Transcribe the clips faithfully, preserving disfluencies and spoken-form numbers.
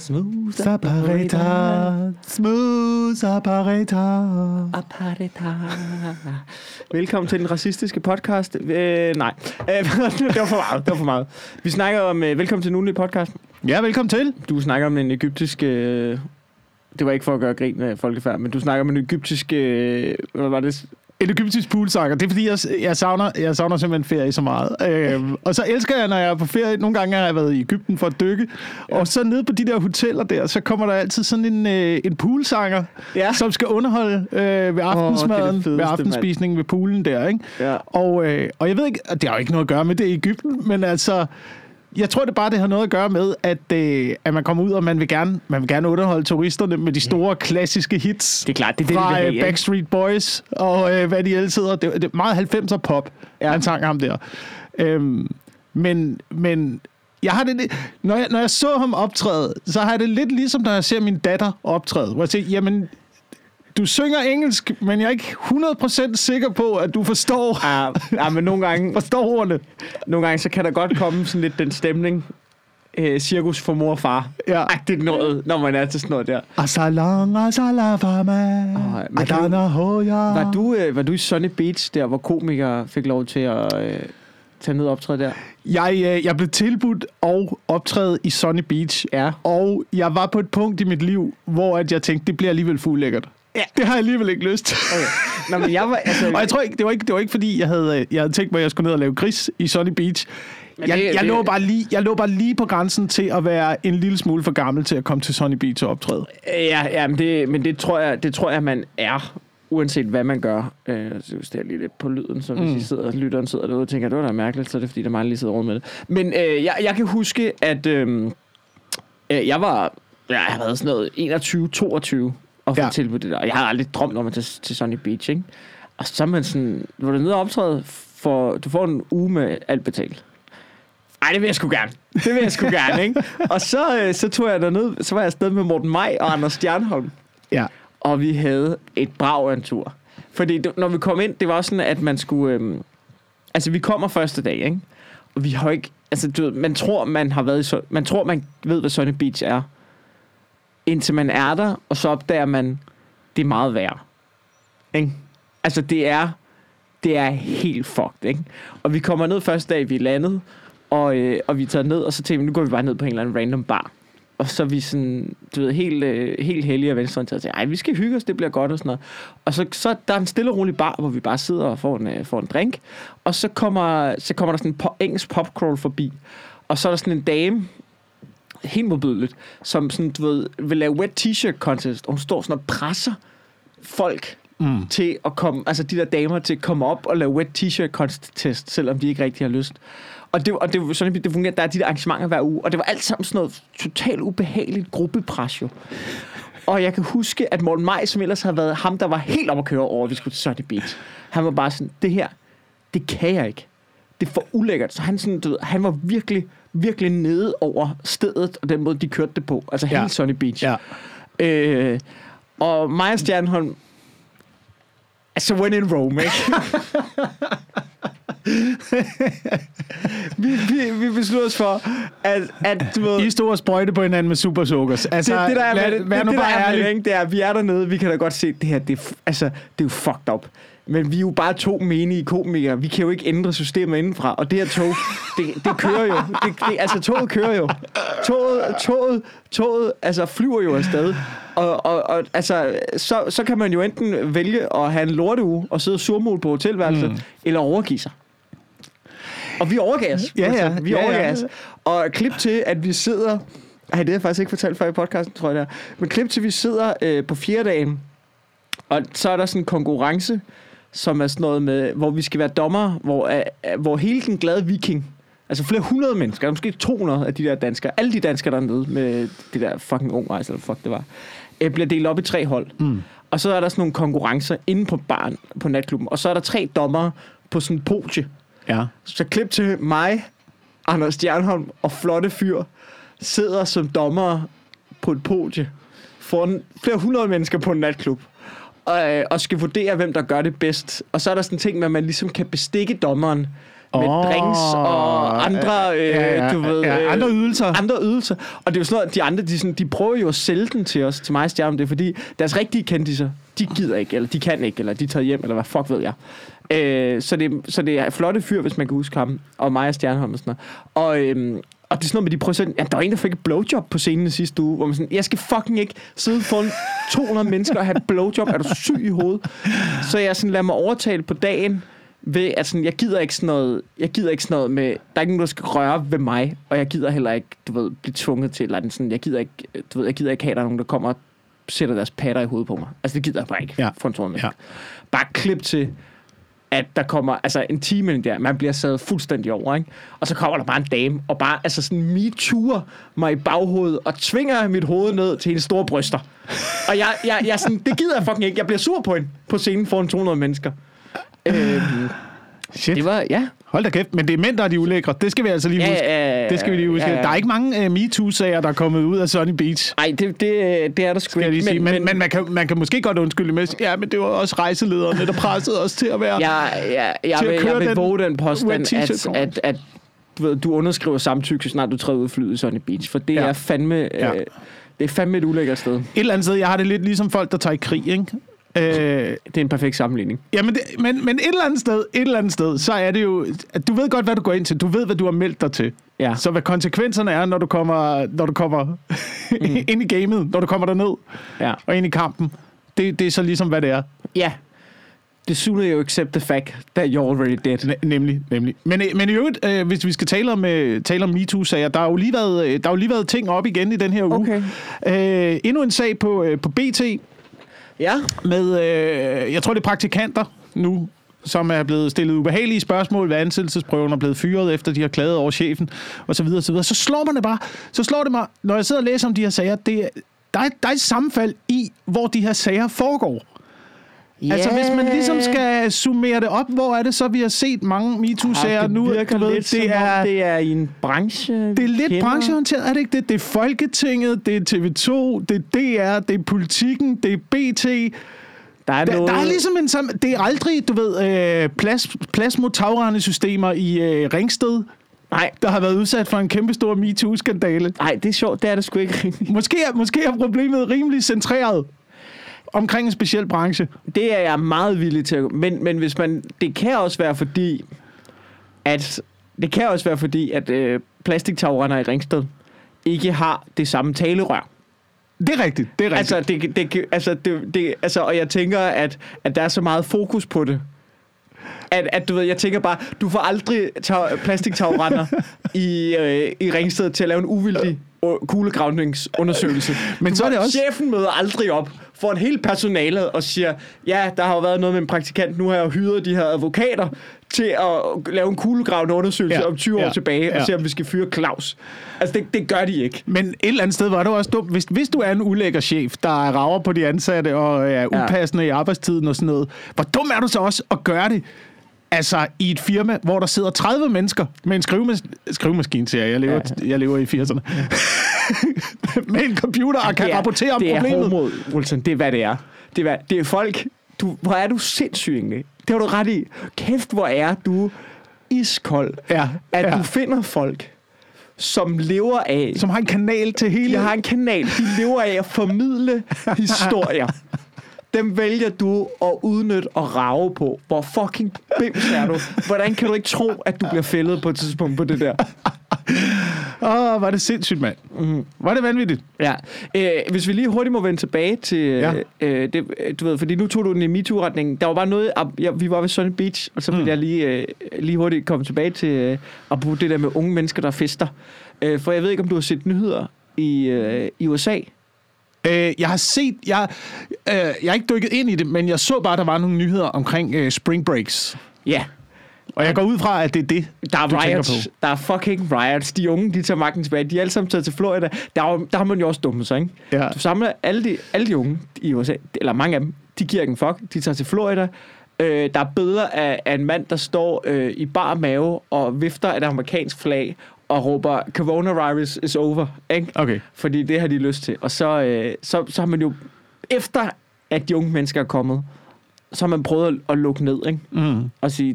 Smooth operator. Smooth operator. Operator. Velkommen til den racistiske podcast. Øh, nej, øh, det var for meget. Det var for meget. Vi snakker om øh, velkommen til den ugenlige podcast. Ja, velkommen til. Du snakker om en egyptisk. Øh, det var ikke for at gøre grin med folkefærd, men du snakker om en egyptisk. Øh, hvad var det? En egyptisk poolsanger. Det er fordi, jeg, jeg, savner, jeg savner simpelthen ferie så meget. Øhm, og så elsker jeg, når jeg er på ferie. Nogle gange har jeg været i Egypten for at dykke. Ja. Og så nede på de der hoteller der, så kommer der altid sådan en, øh, en poolsanger, ja. som skal underholde øh, ved aftensmaden, oh, fedeste, ved aftenspisningen mand. Ved poolen der. Ikke? Ja. Og, øh, og jeg ved ikke, det har jo ikke noget at gøre med det i Egypten, men altså... Jeg tror det bare, det har noget at gøre med, at, øh, at man kommer ud, og man vil, gerne, man vil gerne underholde turisterne med de store klassiske hits. Det er klart, det er det, fra de vil have, Backstreet Boys, og øh, hvad de ellers hedder. Det, det er meget halvfemser pop, ja. Han sang ham der. Øhm, men, men jeg har det, når, jeg, når jeg så ham optræde, så har jeg det lidt ligesom, når jeg ser min datter optræde. Hvor jeg tænker, jamen... Du synger engelsk, men jeg er ikke hundrede procent sikker på, at du forstår, ja, ja, men nogle gange, forstår ordene. Nogle gange så kan der godt komme sådan lidt den stemning, øh, cirkus for mor og far. Ja. Ej, det er noget, når man er til sådan noget der. Var du, øh, var du i Sunny Beach, der hvor komikere fik lov til at øh, tage ned og optræde der? Jeg, øh, jeg blev tilbudt og optræde i Sunny Beach, ja. Og jeg var på et punkt i mit liv, hvor at jeg tænkte, det bliver alligevel for ulækkert. Ja. Det har jeg alligevel ikke lyst til. Okay. Nå, men jeg var, altså... Og jeg tror ikke, det var ikke, det var ikke fordi, jeg havde, jeg havde tænkt mig, at jeg skulle ned og lave gris i Sunny Beach. Jeg, det, jeg, det... lå bare lige, jeg lå bare lige på grænsen til at være en lille smule for gammel til at komme til Sunny Beach og optræde. Ja, ja men, det, men det, tror jeg, det tror jeg, man er, uanset hvad man gør. Øh, så det er lige lidt på lyden, så hvis mm. I sidder, lytteren sidder derude og tænker, det var da mærkeligt, så er det fordi, der er meget lige sidder rundt med det. Men øh, jeg, jeg kan huske, at øh, jeg var, jeg har været sådan noget enogtyve toogtyve og få ja. tilbudt det der. Jeg har aldrig drømt om at tage til Sunny Beach, ikke? Og så er man sådan, hvor du nede og optræde, for, du får en uge med alt betalt. Ej, det vil jeg sgu gerne. Det vil jeg sgu gerne, ikke? Og så, så tog jeg derned, så var jeg afsted med Morten Maj og Anders Stjernholm. Ja. Og vi havde et brag af en tur. Fordi det, når vi kom ind, det var sådan, at man skulle... Øhm, altså, vi kommer første dag, ikke? Og vi har ikke... Altså, du ved, man tror, man har været i... Man tror, man ved, hvad Sunny Beach er. Indtil man er der, og så opdager man, det er meget værre. Ikke? Altså, det er, det er helt fucked, ikke? Og vi kommer ned første dag, vi er landet, og, øh, og vi tager ned, og så tænker vi, nu går vi bare ned på en eller anden random bar. Og så er vi sådan, du ved, helt, øh, helt heldige og venstreorienterede til, ej, vi skal hygge os, det bliver godt og sådan noget. Og så, så der er en stille og rolig bar, hvor vi bare sidder og får en, øh, får en drink, og så kommer, så kommer der sådan en po- engelsk popcrawl forbi, og så er der sådan en dame, helt modbydeligt, som sådan, du ved, vil lave wet t-shirt contest, og hun står sådan og presser folk mm. til at komme, altså de der damer til at komme op og lave wet t-shirt contest, selvom de ikke rigtig har lyst. Og det, og det, sådan, det fungerer, der er de der arrangementer hver uge, og det var alt sammen sådan noget totalt ubehageligt gruppepres jo. Og jeg kan huske, at Morten Maj, som ellers havde været ham, der var helt op at køre over, at vi skulle til Sunny Beach, han var bare sådan, det her, det kan jeg ikke. Det er for ulækkert. Så han, sådan, du ved, han var virkelig, virkelig nede over stedet, og den måde, de kørte det på. Altså ja. Hele Sunny Beach. Ja. Øh, og mig og Stjernholm, altså when in Rome, ikke? vi, vi, vi beslutter os for, at, at du ved... I stod og sprøjte på hinanden med supersukkers. Altså, det, det der er med, lad, det, det, det, der er med det, det er, at vi er dernede, vi kan da godt se, det her, det er, altså, det er jo fucked up. Men vi er jo bare to menige komikere. Vi kan jo ikke ændre systemet indenfra. Og det her tog, det, det kører jo. Det, det, altså, toget kører jo. Toget, toget, toget altså, flyver jo afsted. Og, og, og altså, så, så kan man jo enten vælge at have en lorteuge og sidde og surmule på hotelværelset, mm. eller overgive sig. Og vi overgav os. Ja, ja. Vi ja, overgav ja. os. Og klip til, at vi sidder... Ej, det har jeg faktisk ikke fortalt før i podcasten, tror jeg det er. Men klip til, at vi sidder øh, på fjerde dagen, og så er der sådan en konkurrence, som er sådan noget med, hvor vi skal være dommer, hvor, uh, hvor hele den glade viking, altså flere hundrede mennesker, måske to hundrede af de der danskere, alle de danskere dernede med det der fucking ung rejse, eller fuck det var, uh, bliver delt op i tre hold. Mm. Og så er der sådan nogle konkurrencer inde på baren, på natklubben, og så er der tre dommere på sådan en podie. Ja. Så klip til mig, Anders Stjernholm og flotte fyr, sidder som dommer på et podie foran flere hundrede mennesker på en natklub. Og, og skal vurdere, hvem der gør det bedst. Og så er der sådan en ting med, at man ligesom kan bestikke dommeren med oh, drinks og andre, øh, ja, ja, du ved, ja, andre ydelser. Andre ydelser. Og det er jo sådan noget, de andre, de, sådan, de prøver jo at sælge den til os, til mig og Stjerne, det er fordi, deres rigtige kendiser, de gider ikke, eller de kan ikke, eller de tager hjem, eller hvad fuck ved jeg. Øh, så, det, så det er flotte fyr, hvis man kan huske ham, og mig og Stjernholm og sådan noget. Og, øhm, og det er sådan noget med, de prøver sådan, ja, der var en, der fik et blowjob på scenen sidste uge, hvor man sådan, jeg skal fucking ikke sidde foran to hundrede mennesker og have et blowjob, er du syg i hovedet? Så jeg sådan lader mig overtale på dagen, ved at sådan, jeg gider ikke sådan noget, jeg gider ikke sådan noget med, der er ikke nogen, der skal røre ved mig, og jeg gider heller ikke, du ved, blive tvunget til, eller sådan, jeg gider ikke, du ved, jeg gider ikke have, der er nogen, der kommer og sætter deres patter i hovedet på mig. Altså, det gider jeg bare ikke, ja. For en tårn. Ja. Bare klip til, at der kommer, altså en time ind der, man bliver sad fuldstændig over, ikke? Og så kommer der bare en dame, og bare, altså sådan, me-turer mig i baghovedet, og tvinger mit hoved ned til hendes store bryster. Og jeg, jeg, jeg sådan, det gider jeg fucking ikke, jeg bliver sur på hende, på scenen foran to hundrede mennesker. Øhm, Shit. Det var, ja. Hold da kæft, men det er mænd, der er de ulækre. Det skal vi altså lige huske. Ja, ja, det skal vi lige huske. Ja, ja. Der er ikke mange uh, MeToo-sager, der er kommet ud af Sunny Beach. Nej, det, det, det er der sgu ikke. Men, men, men man, kan, man kan måske godt undskylde med, ja, men det var også rejselederne, der pressede os til at være... Ja, ja, jeg, vil, jeg vil våge den påstand, at, at, at du, ved, du underskriver samtykke, så snart du træder ud af flyet i Sunny Beach. For det ja. er fandme... Ja. Øh, det er fandme et ulækkert sted. Et eller andet sted, jeg har det lidt ligesom folk, der tager i krig, ikke? Øh, det er en perfekt sammenligning. Ja, men, det, men, men et eller andet sted, et eller andet sted, så er det jo, at du ved godt, hvad du går ind til. Du ved, hvad du har meldt dig til. Ja. Så hvad konsekvenserne er, når du kommer, når du kommer mm. ind i gamet, når du kommer derned ja. og ind i kampen. Det, det er så ligesom, hvad det er. Ja. The sooner you accept the fact that you're already dead. N- nemlig, nemlig. Men, men i øvrigt, øh, hvis vi skal tale om, øh, tale om MeToo-sager, der har jo lige været, der har jo lige været ting op igen i den her uge. Okay. Øh, endnu en sag på, øh, på B T. Ja. Med, øh, jeg tror, det er praktikanter nu, som er blevet stillet ubehagelige spørgsmål ved ansættelsesprøven og blevet fyret, efter de har klaget over chefen, og så videre, og så videre. Så slår man det bare. Så slår det mig, når jeg sidder og læser om de her sager, det, der, er, der er et sammenfald i, hvor de her sager foregår. Yeah. Altså, hvis man ligesom skal summere det op, hvor er det så, vi har set mange MeToo-sager ja, det nu? Virker ved, lidt, det, er, det er i en branche, det er lidt kender. brancheorienteret, er det ikke det? Det er Folketinget, det er T V to, det er D R, det er Politikken, det er B T. Der er, der, der er ligesom en sam- det er aldrig, du ved, øh, plads, plads mod tagrendesystemer i øh, Ringsted. Nej, der har været udsat for en kæmpestor MeToo-skandale. Nej, det er sjovt, det er det sgu ikke rigtigt. Måske er, måske er problemet rimelig centreret omkring en speciel branche. Det er jeg meget villig til at... Men, men hvis man... Det kan også være fordi, at... Det kan også være fordi, at øh, plastiktagrenner i Ringsted ikke har det samme talerør. Det er rigtigt, det er rigtigt. Altså, det, det, altså, det, det, altså og jeg tænker, at, at der er så meget fokus på det. At, at du ved, jeg tænker bare, du får aldrig tag, plastiktagrenner i, øh, i Ringsted til at lave en uvildig kuglegravningsundersøgelse. Men så er det også... Chefen møder aldrig op for en hel personalet og siger, ja, der har jo været noget med en praktikant, nu har jeg hyret de her advokater til at lave en kuglegravende undersøgelse ja, om tyve ja, år tilbage, ja. og se, om vi skal fyre Claus. Altså, det, det gør de ikke. Men et eller andet sted var det også dumt. Hvis, hvis du er en ulækker chef, der rager på de ansatte og er upassende ja. i arbejdstiden og sådan noget, hvor dum er du så også at gøre det? Altså, i et firma, hvor der sidder tredive mennesker med en skrivemas- skrivemaskine, siger jeg. Jeg lever, ja. jeg lever i firserne. Ja. med en computer og kan er, rapportere om det problemet. Det er homo, Wilson. Det er, hvad det er. Det er, det er folk... Du, hvor er du sindssyg, egentlig? Det har du ret i. Kæft, hvor er du iskold. Ja. At ja. du finder folk, som lever af... Som har en kanal til hele... De har en kanal. De lever af at formidle historier. Dem vælger du at udnytte og rage på. Hvor fucking bims er du? Hvordan kan du ikke tro, at du bliver fældet på et tidspunkt på det der? Åh, oh, var det sindssygt, mand. Mm. Var det vanvittigt? Ja. Øh, hvis vi lige hurtigt må vende tilbage til... Ja. Øh, det, du ved, fordi nu tog du den i MeToo-retningen. Der var bare noget... Ja, vi var ved Sunny Beach, og så ville mm. jeg lige, øh, lige hurtigt komme tilbage til... Øh, at bruge det der med unge mennesker, der fester. Øh, for jeg ved ikke, om du har set nyheder i, øh, i U S A. Jeg har set, jeg, øh, jeg har ikke dykket ind i det, men jeg så bare, at der var nogle nyheder omkring øh, spring breaks. Ja. Og jeg går ud fra, at det er det, der er du riots. tænker på. Der er fucking riots. De unge, de tager magten tilbage. De er alle sammen taget til Florida. Der, er, der har man jo også dummet sig, ikke? Ja. Du samler alle de, alle de unge i U S A, eller mange af dem, de giver ikke en fuck. De tager til Florida. Øh, der er billeder af, af en mand, der står øh, i bar mave og vifter et amerikansk flag og råber, coronavirus is over, ikke? Okay. Fordi det har de lyst til. Og så, øh, så, så har man jo, efter at de unge mennesker er kommet, så har man prøvet at, at lukke ned, ikke? Mm. Og sige, det,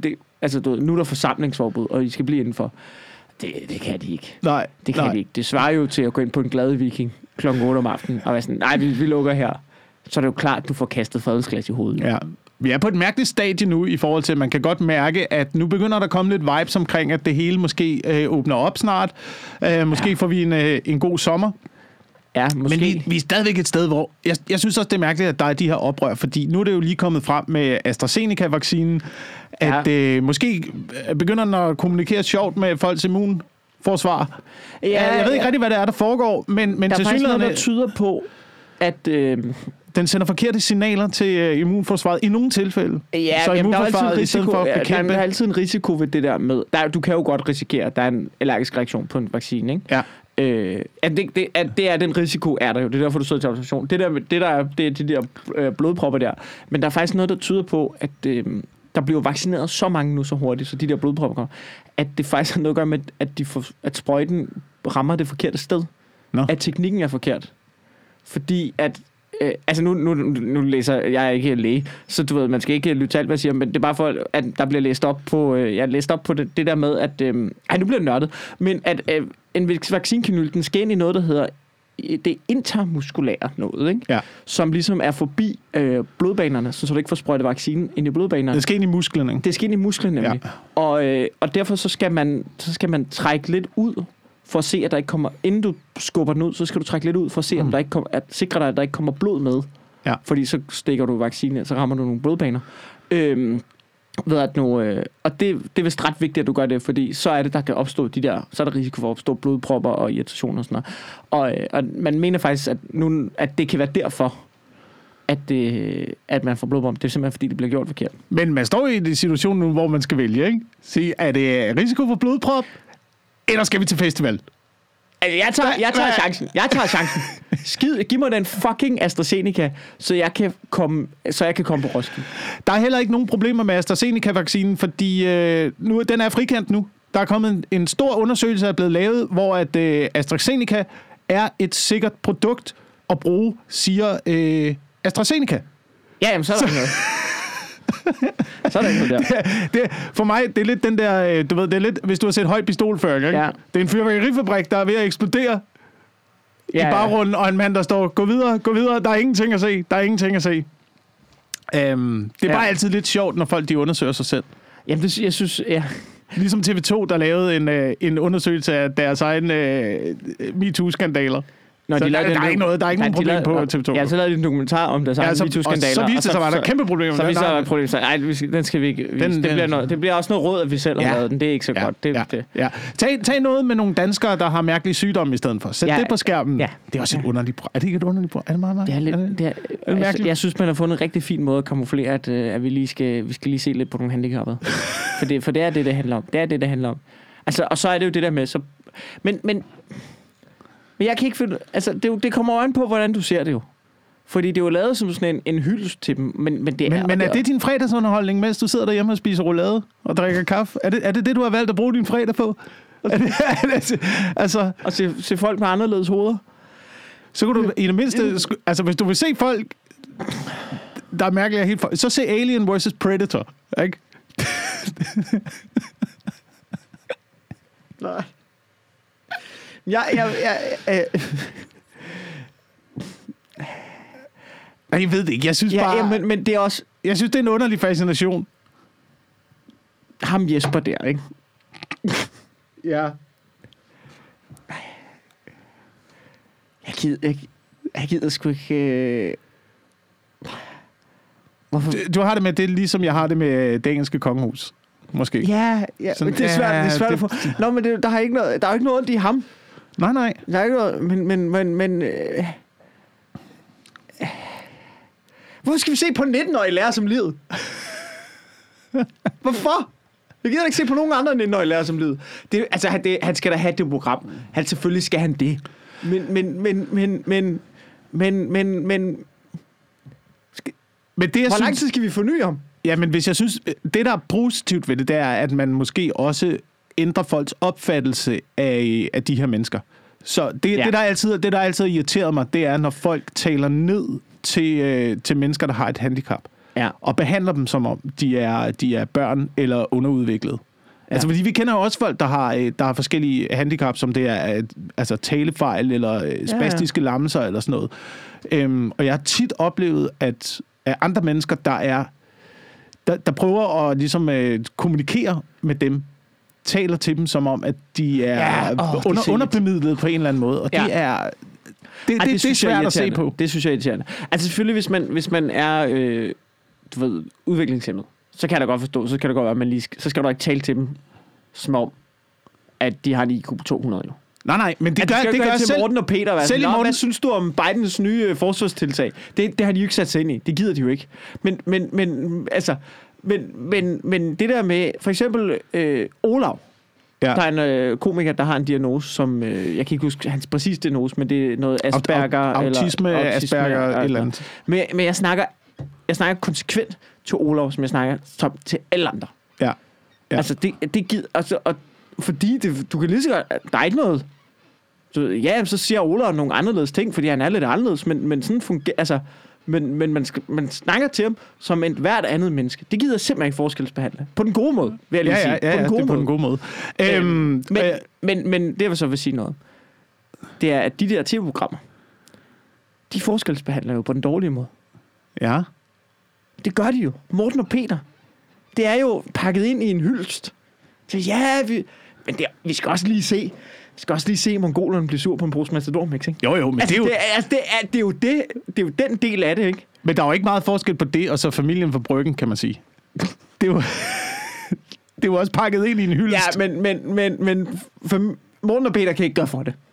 Altså, du ved, nu er der forsamlingsforbud, og I skal blive indenfor. Det, det kan de ikke. Nej. Det kan nej. de ikke. Det svarer jo til at gå ind på en glad viking klokken otte om aftenen, og være sådan, nej, vi, vi lukker her. Så er det jo klart, at du får kastet fredelsglas i hovedet. Ja. Vi er på et mærkeligt stadie nu, i forhold til, at man kan godt mærke, at nu begynder der at komme lidt vibes omkring, at det hele måske øh, åbner op snart. Øh, måske ja. får vi en, øh, en god sommer. Ja, måske. Men vi, vi er stadigvæk et sted, hvor... Jeg, jeg synes også, det er mærkeligt, at der er de her oprør, fordi nu er det jo lige kommet frem med AstraZeneca-vaccinen, at ja. øh, måske begynder den at kommunikere sjovt med folks immunforsvar. Ja, jeg ved ikke ja. rigtig, hvad det er, der foregår, men, men der til er faktisk noget, der der tyder på, at... Øh, den sender forkerte signaler til uh, immunforsvaret i nogle tilfælde. Ja, så jamen, der, er altid risiko, for ja, bekæmpe... der er altid en risiko ved det der med... Der, du kan jo godt risikere, at der er en allergisk reaktion på en vaccine, ikke? Ja. Øh, at, det, det, at det er den risiko, er der jo. Det er derfor, du sidder til observation. Det der, det der er det er de der øh, blodpropper der. Men der er faktisk noget, der tyder på, at øh, der bliver vaccineret så mange nu så hurtigt, så de der blodpropper kommer, at det faktisk har noget at gøre med, at, de får, at sprøjten rammer det forkerte sted. No. At teknikken er forkert. Fordi at Øh, altså nu, nu, nu læser jeg er ikke læge, så du ved, man skal ikke lytte til alt, hvad jeg siger, men det er bare for, at der bliver læst op på, øh, jeg læst op på det, det der med, at, øh, ej, nu bliver det nørdet, men at øh, en vaccinekanyl, den skal ind i noget, der hedder det intermuskulære noget, ikke? Ja. Som ligesom er forbi øh, blodbanerne, så du ikke får sprøjtet vaccinen ind i blodbanerne. Det skal ind i musklerne, ikke? Det skal ind i musklerne, nemlig. Ja. Og, øh, og derfor så skal, man, så skal man trække lidt ud, for at se, at der ikke kommer... Inden du skubber den ud, så skal du trække lidt ud, for at se, mm. om der ikke kommer... At sikre dig, at der ikke kommer blod med. Ja. Fordi så stikker du vaccinen, så rammer du nogle blodbaner. Øhm, ved at nu, øh, og det, det er vist ret vigtigt, at du gør det, fordi så er det, der kan opstå de der... Så er der risiko for at opstå blodpropper og irritation og sådan noget. Og, øh, og man mener faktisk, at, nu, at det kan være derfor, at, det, at man får blodprop. Det er simpelthen, fordi det bliver gjort forkert. Men man står i en situation nu, hvor man skal vælge, ikke? Se, er det risiko for blodprop? Eller skal vi til festival? Altså, jeg tager, jeg tager chancen. Jeg tager chancen. Skid, giv mig den fucking AstraZeneca, så jeg kan komme, så jeg kan komme på Roskilde. Der er heller ikke nogen problemer med AstraZeneca-vaccinen, fordi øh, nu, den er frikendt nu. Der er kommet en, en stor undersøgelse, der er blevet lavet, hvor at øh, AstraZeneca er et sikkert produkt at bruge, siger øh, AstraZeneca. Ja, jamen, så er der så... noget. Så er der ikke noget der. Det, det, for mig, det er lidt den der, du ved, det er lidt, hvis du har set Høj Pistol før, ikke? Ja. Det er en fyrværkerifabrik, der er ved at eksplodere ja, i baggrunden, og en mand, der står, gå videre, gå videre, der er ingenting at se, der er ingenting at se. Um, det er ja. bare altid lidt sjovt, når folk de undersøger sig selv. Jamen, det, jeg synes, ja... Ligesom T V to, der lavede en, uh, en undersøgelse af deres egen uh, MeToo-skandaler. Nå, de der, der, der, er ikke noget, der er ikke nogen problem lavede, på T V to. Ja, så lavede de en dokumentar om deres egen MeToo-skandaler. Så viste det sig, at der er kæmpe problemer. Så viste det sig, at problem. Så ej, den skal vi ikke vise. Den, det, bliver noget, det bliver også noget råd, at vi selv har ja. lavet den. Det er ikke så ja. godt. Det, ja. det. Ja. Tag, tag noget med nogle danskere, der har mærkelige sygdomme i stedet for. Sæt ja. det på skærmen. Ja. Det er også et underligt program. Er det ikke et underligt program? Er det meget, meget? Det er lidt, er det? Det er, er det altså, jeg synes, man har fundet en rigtig fin måde at kamuflere, at, at vi lige skal, vi skal lige se lidt på nogle handicappede. for, det, for det er det, det handler om. Det er det, det handler om. Altså, og så er det jo det der med... Så, men, men Men jeg kan ikke finde... Altså, det, det kommer øjen på, hvordan du ser det jo. Fordi det er jo lavet som sådan en, en hyldest til dem. Men, men, det men, er, men er det, det din fredagsunderholdning, mens du sidder derhjemme og spiser roulade og drikker kaffe? Er det, er det det, du har valgt at bruge din fredag på? Er det, er det, altså... Og se, se folk med anderledes hoveder? Så kan du i det mindste... Altså, hvis du vil se folk, der er mærkeligt helt... Så se Alien versus Predator, ikke? Nej. Jeg, jeg, jeg, jeg, jeg, jeg ved det ikke. Jeg synes ja, bare... Ja, men, men det er også... Jeg synes, det er en underlig fascination. Ham Jesper der, ikke? Ja. Jeg gider, jeg, jeg gider sgu ikke... Øh... Hvorfor? Du, du har det med det, ligesom jeg har det med det engelske kongehus. Måske. Ja, ja sådan, men det er svært, ja, det er svært det, at få... Nå, men det, der, er ikke noget, der er ikke noget i ham. Nej, nej. Der er ikke noget, men... men, men, men øh... Hvorfor skal vi se på nitten-årige lærer som livet? Hvorfor? Jeg gider ikke se på nogen andre nitten-årige lærer som livet. Det, altså, han, det, han skal da have det program. Han selvfølgelig skal han det. Men, men, men, men, men, men, men, men... Skal... Men det, hvor lang tid skal vi forny ham? Ja, men hvis jeg synes, det der er positivt ved det, det er, at man måske også ændrer folks opfattelse af, af de her mennesker. Så det, ja. det, der altid, det, der altid irriteret mig, det er, når folk taler ned til, øh, til mennesker, der har et handicap. Ja. og behandler dem som om, de er, de er børn eller underudviklede. Ja. Altså, fordi vi kender jo også folk, der har, der har forskellige handicap, som det er altså talefejl eller spastiske ja, ja. lammelser eller sådan noget. Øhm, og jeg har tit oplevet, at, at andre mennesker, der er der, der prøver at ligesom uh, kommunikere med dem, taler til dem som om, at de er ja, oh, under, underbemidlet på en eller anden måde. Og ja. det er det, Ej, det, det, det er svært at se på. Det synes jeg er irriterende. Altså selvfølgelig, hvis man, hvis man er øh, du ved, udviklingshæmmet, så kan jeg da godt forstå, så kan det godt være, at man lige skal, så skal du ikke tale til dem som om, at de har en I Q på to hundrede jo. Nej, nej, men det at gør, det gør til selv, Morten og Peter. Hvad, selv Morten, hvad synes du om Bidens nye øh, forsvarstiltag? Det, det har de jo ikke sat sig ind i. Det gider de jo ikke. Men, men, men altså, men, men, men det der med, for eksempel øh, Olav, ja. der er en øh, komiker, der har en diagnose, som, øh, jeg kan ikke huske hans præcis diagnose, men det er noget Asperger. Autisme, eller, autisme Asperger, eller, et eller andet. Men, men jeg snakker, jeg snakker konsekvent til Olav, som jeg snakker som, til alle andre. Ja. ja. Altså, det, det gider, altså, og fordi det, du kan lige så godt, der er ikke noget. Så, ja, så siger Olav nogle anderledes ting, fordi han er lidt anderledes, men, men sådan fungerer, altså, men, men man, skal, man snakker til ham som et hvert andet menneske. Det gider simpelthen ikke forskelsbehandle. På den gode måde, vil jeg lige ja, sige. Ja, ja, på den gode det er måde. på den gode måde. Øhm, øhm, men, øh, men, men det, jeg så vil sige noget, det er, at de der tv-programmer, de forskelsbehandler jo på den dårlige måde. Ja. Det gør de jo. Morten og Peter. Det er jo pakket ind i en hyldest. Så ja, vi... Men det, vi skal også lige se... Vi skal også lige se mongolerne blive sur på en pose Matador-mix, ikke? Jo, jo, men altså, det er jo... Det er, altså, det, er, det, er jo det, det er jo den del af det, ikke? Men der er jo ikke meget forskel på det, og så familien for Bryggen, kan man sige. Det er jo... det er jo også pakket ind i en hyldest. Ja, men, men, men, men for Morten og Peter kan ikke gøre for det.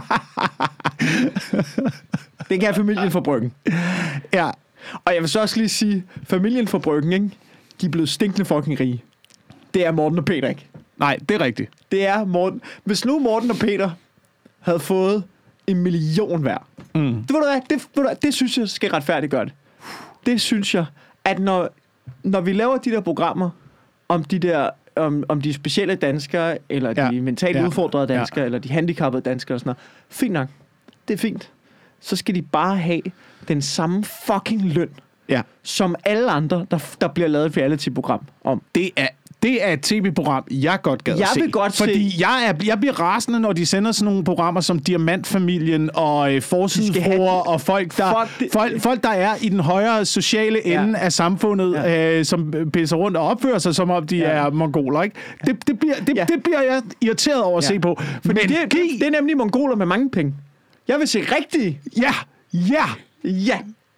Det kan familien for Bryggen. Ja. Og jeg vil så også lige sige, familien for Bryggen, ikke? De er blevet stinkende fucking rige. Det er Morten og Peter ikke. Nej, det er rigtigt. Det er Morten. Hvis nu Morten og Peter havde fået en million hver. Mm. Det, ved du hvad, det, ved du hvad, det synes jeg skal retfærdiggøre det. Det synes jeg, at når, når vi laver de der programmer om de der om, om de specielle danskere, eller de ja. mentalt ja. udfordrede danskere, ja. eller de handicappede danskere og sådan noget. Fint nok. Det er fint. Så skal de bare have den samme fucking løn, ja. som alle andre, der, der bliver lavet et reality-program om. Det er Det er et tv-program, jeg godt gad jeg at se. Vil godt fordi se. Jeg, er, jeg bliver rasende, når de sender sådan nogle programmer som Diamantfamilien og øh, Forsidenfruer og folk der, folk, folk, der er i den højere sociale ende ja. af samfundet, ja. øh, som pisser rundt og opfører sig, som om de ja. er mongoler. Ikke? Det, det, bliver, det, ja. det bliver jeg irriteret over at ja. se på. Men det, det, det er nemlig mongoler med mange penge. Jeg vil se rigtigt. Ja, ja, ja.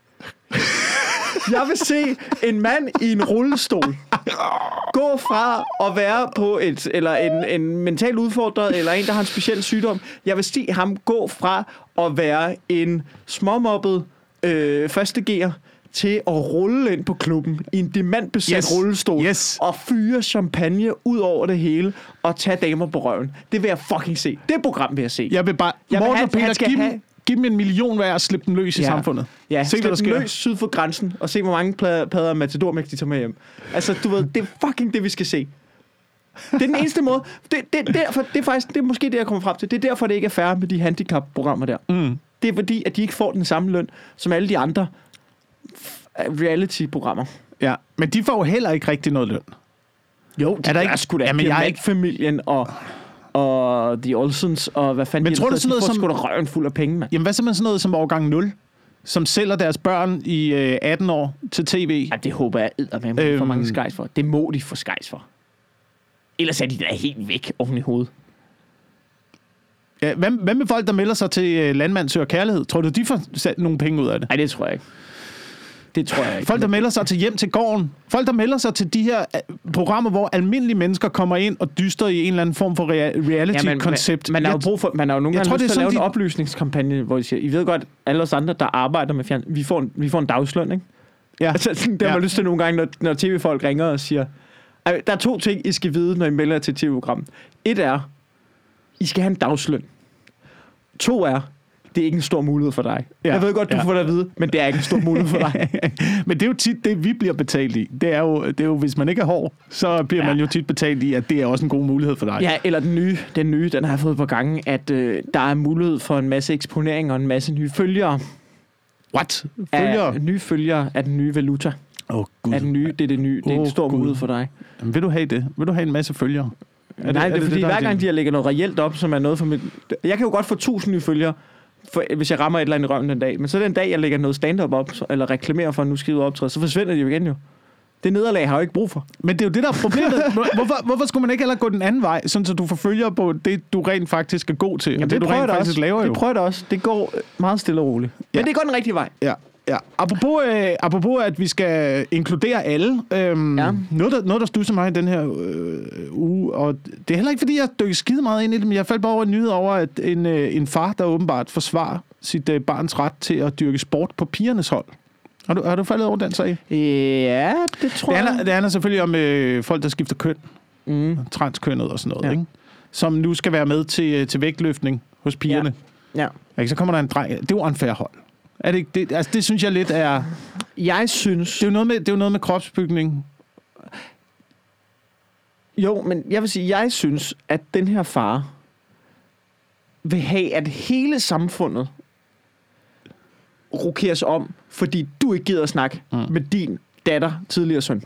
Jeg vil se en mand i en rullestol gå fra at være på et, eller en, en mentalt udfordret, eller en, der har en speciel sygdom. Jeg vil se ham gå fra at være en småmobbet øh, førstegear til at rulle ind på klubben i en demandbesat yes. rullestol yes. og fyre champagne ud over det hele og tage damer på røven. Det vil jeg fucking se. Det program vil jeg se. Jeg vil bare... Jeg vil Morten og Peter, skal giv have... dem, giv dem en million hver og slip dem løs ja. i samfundet. Ja, se, slip hvad der dem sker. løs syd for grænsen og se, hvor mange padder Matador-mix de tager med hjem. Altså, du ved, det er fucking det, vi skal se. Det er den eneste måde. Det, det, derfor, det er faktisk det er måske det, jeg kommer frem til. Det er derfor, det ikke er fair med de handicap-programmer der. Mm. Det er fordi, at de ikke får den samme løn, som alle de andre reality-programmer. Ja, men de får jo heller ikke rigtig noget løn. Jo, de er der ikke sgu da. Jamen, jeg er ikke familien og og The Olsens og hvad fanden. Men tror du sådan noget som sgu da røven fuld af penge, mand. Jamen hvad så med sådan noget som årgang nul, som sælger deres børn i øh, atten år til tv? Ja, det håber jeg eddermame øhm, for mange skejs for. Det må de få skejs for. Ellers er de da helt væk oven i hovedet. Ja, hvad, hvad med folk, der melder sig til Landmand søger kærlighed? Tror du, de får sat nogle penge ud af det? Nej, det tror jeg ikke. Det tror jeg ikke. Folk, der melder sig til Hjem til gården. Folk, der melder sig til de her programmer, hvor almindelige mennesker kommer ind og dyster i en eller anden form for reality-koncept. Ja, man, man, man, har jo brug for, man har jo nogle gange tror, lyst til at lave de... en oplysningskampagne, hvor de siger, I ved godt, alle os andre, der arbejder med fjern, vi får en, vi får en dagsløn, ikke? Ja. Altså, sådan, der ja. har man lyst til nogle gange, når, når tv-folk ringer og siger, der er to ting, I skal vide, når I melder til et tv-program. Et er, I skal have en dagsløn. To er, det er ikke en stor mulighed for dig. Ja. Jeg ved godt, du ja. får det at vide, men det er ikke en stor mulighed for dig. Men det er jo tit det, vi bliver betalt i. Det er jo, det er jo hvis man ikke er hård, så bliver ja. man jo tit betalt i, at det er også en god mulighed for dig. Ja, eller den nye, den nye, den har jeg fået på gange, at øh, der er mulighed for en masse eksponering og en masse nye følgere. What? Følgere? Af, nye følgere af den nye valuta. Oh, Gud. Er den nye, det er det nye. Det er Åh, en stor Gud. mulighed for dig. Vil du have det? Vil du have en masse følgere? Er det, Nej, det er, er det, fordi det, hver gang de har lægget noget reelt op, som er noget for mit... Jeg kan jo godt få tusind nye følgere, for, hvis jeg rammer et eller andet i røven den dag. Men så den dag, jeg lægger noget stand-up op, eller reklamerer for, at nu skal jeg ud og optræde, så forsvinder de jo igen jo. Det nederlag har jeg jo ikke brug for. Men det er jo det, der er problemet. Hvorfor, hvorfor skulle man ikke heller gå den anden vej, sådan så du får følger på det, du rent faktisk er god til, Jamen, og det, det, du rent faktisk også. laver jo? Det prøver jeg også. Det går meget stille og roligt. Men Ja. det går den rigtige vej. Ja. Ja, apropos, øh, apropos at vi skal inkludere alle. Øhm, Ja. noget, der, noget, der studser mig i den her øh, uge, og det er heller ikke, fordi jeg dykker skide meget ind i det, men jeg faldt bare over en nyhed over, at en, øh, en far, der åbenbart forsvarer sit øh, barns ret til at dyrke sport på pigernes hold. Har du, har du faldet over den sag? Ja, det tror Det handler, jeg. det handler selvfølgelig om øh, folk, der skifter køn, Mm. transkønnet og sådan noget, Ja. ikke? Som nu skal være med til, til vægtløftning hos pigerne. Ja. Ikke? Så kommer der en dreng. Det er jo unfair hold. Er det, ikke, det, altså, det synes jeg lidt er... Jeg synes... Det er jo noget med, det er jo noget med kropsbygning. Jo, men jeg vil sige, jeg synes, at den her far vil have, at hele samfundet rokeres om, fordi du ikke gider at snakke mm. med din datter, tidligere søn.